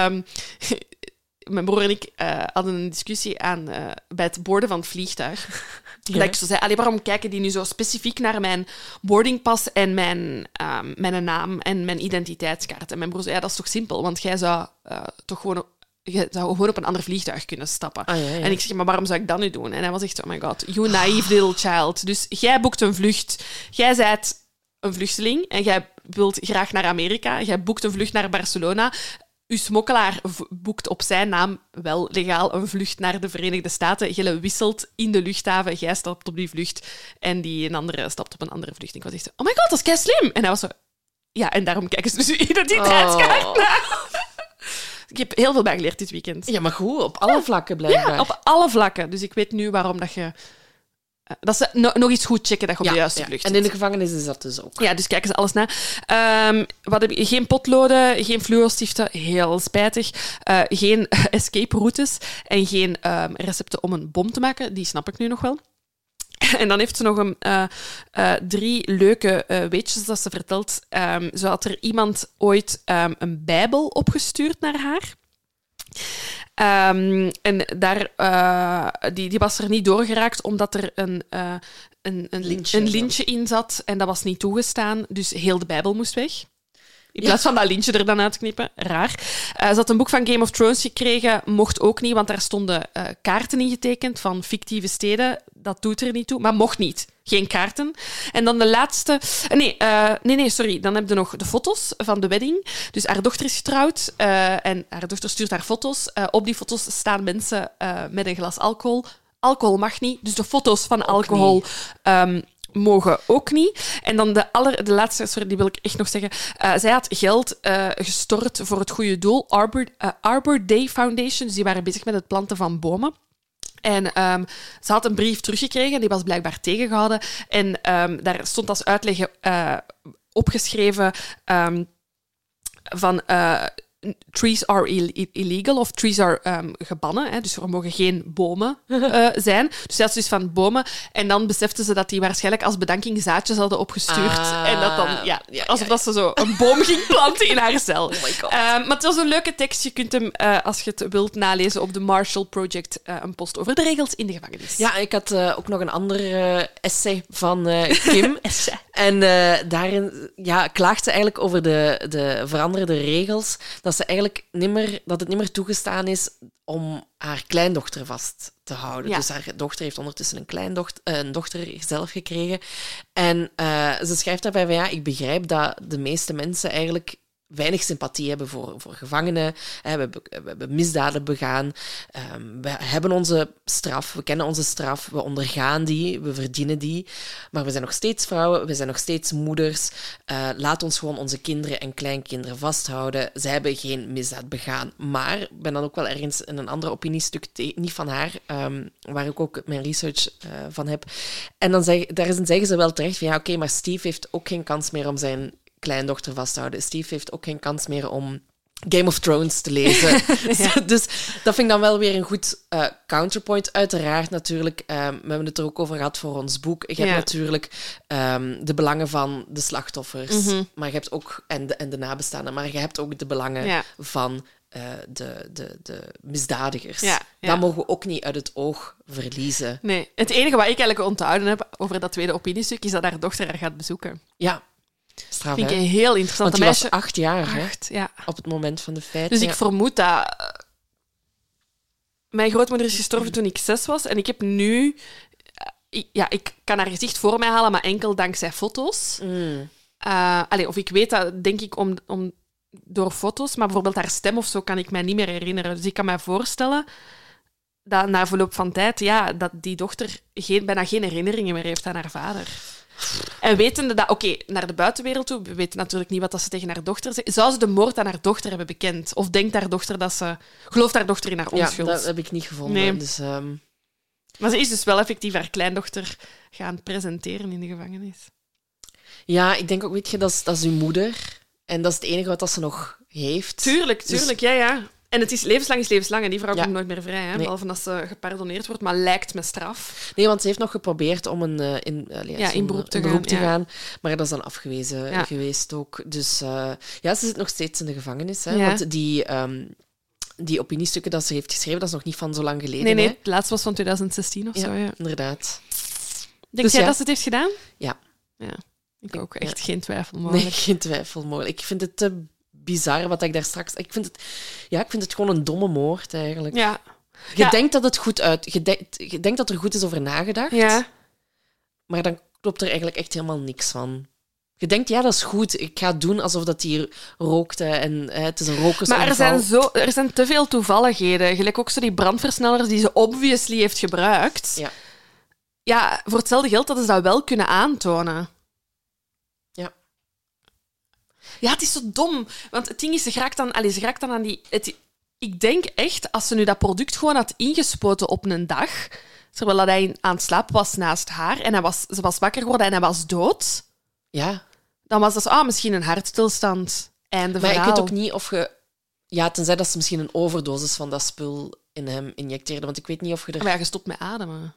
Mijn broer en ik hadden een discussie bij het boorden van het vliegtuig. Ja. Dat ik zo zei, waarom kijken die nu zo specifiek naar mijn boardingpas en mijn naam en mijn identiteitskaart? En mijn broer zei, dat is toch simpel, want jij zou toch gewoon... Je zou gewoon op een ander vliegtuig kunnen stappen. En ik zeg, maar waarom zou ik dat nu doen? En hij was echt, oh my god, you naive little child. Dus jij boekt een vlucht. Jij bent een vluchteling en jij wilt graag naar Amerika. Jij boekt een vlucht naar Barcelona. Uw smokkelaar boekt op zijn naam wel legaal een vlucht naar de Verenigde Staten. Jij wisselt in de luchthaven, jij stapt op die vlucht en die een andere stapt op een andere vlucht. En ik was echt zo, oh my god, dat is kei slim. En hij was zo, ja, en daarom kijken ze dus uw identiteitskaart na. Ik heb heel veel bijgeleerd dit weekend. Ja, maar goed, op alle vlakken blijkbaar. Ja, op alle vlakken. Dus ik weet nu waarom dat je... dat ze nog eens goed checken dat je op de juiste vlucht zit. En in de gevangenis is dat dus ook. Ja, dus kijken ze alles na. Wat heb je? Geen potloden, geen fluorstiften, heel spijtig. Geen escape routes en geen recepten om een bom te maken. Die snap ik nu nog wel. En dan heeft ze nog 3 leuke weetjes dat ze vertelt. Zo had er iemand ooit een bijbel opgestuurd naar haar. En daar, die was er niet doorgeraakt omdat er een lintje in zat en dat was niet toegestaan. Dus heel de bijbel moest weg. In plaats van dat lintje er dan uitknippen. Raar. Ze had een boek van Game of Thrones gekregen. Mocht ook niet, want daar stonden kaarten in getekend van fictieve steden. Dat doet er niet toe, maar mocht niet. Geen kaarten. En dan de laatste... Nee, sorry. Dan heb je nog de foto's van de wedding. Dus haar dochter is getrouwd en haar dochter stuurt haar foto's. Op die foto's staan mensen met een glas alcohol. Alcohol mag niet, dus de foto's van alcohol... mogen ook niet. En dan de laatste, sorry, die wil ik echt nog zeggen. Zij had geld gestort voor het goede doel. Arbor Day Foundation, dus die waren bezig met het planten van bomen. En ze had een brief teruggekregen, die was blijkbaar tegengehouden. En daar stond als uitleg opgeschreven van... trees are illegal of trees are gebannen. Hè, dus er mogen geen bomen zijn. Dus dat is dus van bomen. En dan beseften ze dat die waarschijnlijk als bedanking zaadjes hadden opgestuurd. En dat dan, alsof dat ze zo een boom ging planten in haar cel. Oh my god. Maar het was een leuke tekst. Je kunt hem, als je het wilt, nalezen op de Marshall Project. Een post over de regels in de gevangenis. Ja, ik had ook nog een ander essay van Kim. En daarin klaagt ze eigenlijk over de veranderde regels. Dat het niet meer toegestaan is om haar kleindochter vast te houden. Ja. Dus haar dochter heeft ondertussen een dochter zelf gekregen. En ze schrijft daarbij van ik begrijp dat de meeste mensen eigenlijk weinig sympathie hebben voor gevangenen. We hebben misdaden begaan. We hebben onze straf. We kennen onze straf. We ondergaan die. We verdienen die. Maar we zijn nog steeds vrouwen. We zijn nog steeds moeders. Laat ons gewoon onze kinderen en kleinkinderen vasthouden. Zij hebben geen misdaad begaan. Maar ik ben dan ook wel ergens in een ander opiniestuk, niet van haar, waar ik ook mijn research van heb. En dan zeggen ze wel terecht van oké, maar Steve heeft ook geen kans meer om zijn kleindochter vasthouden. Steve heeft ook geen kans meer om Game of Thrones te lezen. Dus dat vind ik dan wel weer een goed counterpoint. Uiteraard natuurlijk, we hebben het er ook over gehad voor ons boek. Je hebt natuurlijk de belangen van de slachtoffers, maar je hebt ook, en de nabestaanden, maar je hebt ook de belangen van de misdadigers. Dat mogen we ook niet uit het oog verliezen. Nee, het enige wat ik eigenlijk onthouden heb over dat tweede opiniestuk is dat haar dochter haar gaat bezoeken. Ja. Straf, vind ik heel interessant. Want die was 8 jaar op het moment van de feiten. Dus ik vermoed dat... Mijn grootmoeder is gestorven toen ik 6 was. En ik heb nu... ik kan haar gezicht voor mij halen, maar enkel dankzij foto's. Of ik weet dat, denk ik, door foto's. Maar bijvoorbeeld haar stem of zo kan ik mij niet meer herinneren. Dus ik kan mij voorstellen dat na verloop van tijd... dat die dochter bijna geen herinneringen meer heeft aan haar vader. En wetende dat, naar de buitenwereld toe, we weten natuurlijk niet wat ze tegen haar dochter zegt, zou ze de moord aan haar dochter hebben bekend? Of denkt haar dochter gelooft haar dochter in haar onschuld? Ja, dat heb ik niet gevonden. Nee. Dus, Maar ze is dus wel effectief haar kleindochter gaan presenteren in de gevangenis. Ja, ik denk ook, weet je, dat is uw moeder. En dat is het enige wat ze nog heeft. Tuurlijk, ja. En het is levenslang en die vrouw komt nooit meer vrij. Hè? Nee. Behalve als ze gepardoneerd wordt, maar lijkt met straf. Nee, want ze heeft nog geprobeerd om in beroep te gaan. Maar dat is dan afgewezen geweest ook. Dus ze zit nog steeds in de gevangenis. Hè? Ja. Want die opiniestukken dat ze heeft geschreven, dat is nog niet van zo lang geleden. Nee, hè? het laatste was van 2016 of zo. Ja, inderdaad. Denk jij dat ze het heeft gedaan? Ja. Ik ook. Echt geen twijfel mogelijk. Nee, geen twijfel mogelijk. Ik vind het te bizar wat ik daar straks... Ik vind het gewoon een domme moord, eigenlijk. Ja. Je denkt dat het goed uit... Je denkt dat er goed is over nagedacht. Ja. Maar dan klopt er eigenlijk echt helemaal niks van. Je denkt, dat is goed. Ik ga doen alsof dat hij rookte en het is een rokersaanval. Maar er zijn te veel toevalligheden. Gelijk ook zo die brandversnellers die ze obviously heeft gebruikt. Ja. Ja, voor hetzelfde geld hadden ze dat wel kunnen aantonen. Ja, het is zo dom. Want het ding is, ze geraakt dan aan die... Ik denk echt, als ze nu dat product gewoon had ingespoten op een dag, terwijl hij aan het slapen was naast haar, en ze was wakker geworden en hij was dood, dan was dat zo, misschien een hartstilstand, einde verhaal. Maar ik weet ook niet of je... Ja, tenzij dat ze misschien een overdosis van dat spul in hem injecteerde, want ik weet niet of je er... Maar je stopt met ademen.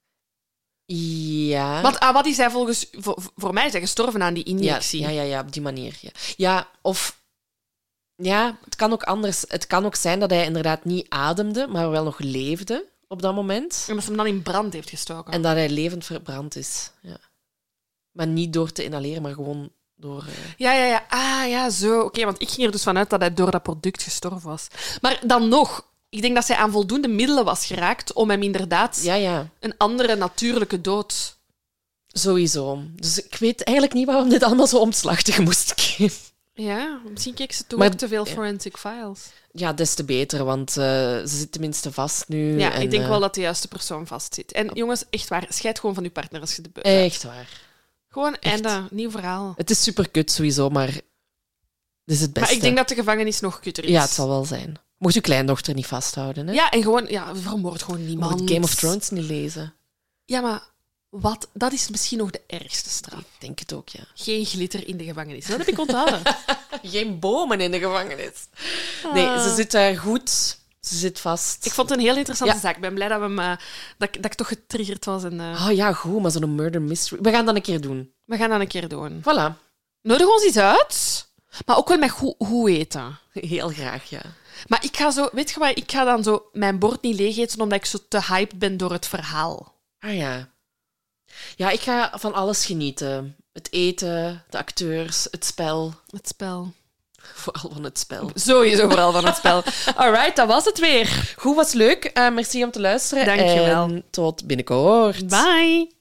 Ja. Want wat is hij volgens... Voor mij is hij gestorven aan die injectie. Ja, op die manier. Ja, of... Ja, het kan ook anders. Het kan ook zijn dat hij inderdaad niet ademde, maar wel nog leefde op dat moment. En dat ze hem dan in brand heeft gestoken. En dat hij levend verbrand is. Ja. Maar niet door te inhaleren, maar gewoon door... Ja. Ah, ja, zo. Oké, want ik ging er dus vanuit dat hij door dat product gestorven was. Maar dan nog... Ik denk dat zij aan voldoende middelen was geraakt om hem inderdaad een andere natuurlijke dood... Sowieso. Dus ik weet eigenlijk niet waarom dit allemaal zo omslachtig moest gaan. Ja, misschien keek ze toch ook te veel forensic files. Ja, des te beter, want ze zit tenminste vast nu. Ja, ik denk wel dat de juiste persoon vastzit. En jongens, echt waar, scheid gewoon van je partner als je de Echt waar. Gewoon einde, nieuw verhaal. Het is super kut sowieso, maar dit is het beste. Maar ik denk dat de gevangenis nog kutter is. Ja, het zal wel zijn. Mocht je kleindochter niet vasthouden, hè? Ja, en gewoon... Ja, vermoord gewoon niemand. Mocht Game of Thrones niet lezen. Ja, maar... Dat is misschien nog de ergste straf. Ik denk het ook, ja. Geen glitter in de gevangenis. Dat heb ik onthouden. Geen bomen in de gevangenis. Nee, ze zit daar goed. Ze zit vast. Ik vond het een heel interessante zaak. Ik ben blij dat ik toch getriggerd was. En, Oh ja, goed, maar zo'n murder mystery. We gaan dat een keer doen. We gaan dat een keer doen. Voilà. Nodig ons iets uit. Maar ook wel met goed eten. Heel graag, ja. Maar ik ga zo... Weet je wat? Ik ga dan zo mijn bord niet leeg eten, omdat ik zo te hyped ben door het verhaal. Ah ja. Ja, ik ga van alles genieten. Het eten, de acteurs, het spel. Het spel. Vooral van het spel. Sowieso vooral van het spel. Alright, dat was het weer. Goed, was leuk. Merci om te luisteren. Dank je wel. En tot binnenkort. Bye.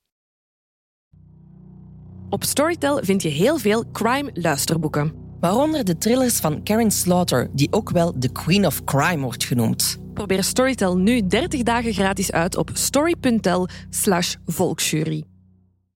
Op Storytel vind je heel veel crime-luisterboeken. Waaronder de thrillers van Karen Slaughter, die ook wel de Queen of Crime wordt genoemd. Probeer Storytel nu 30 dagen gratis uit op story.tel/volksjury.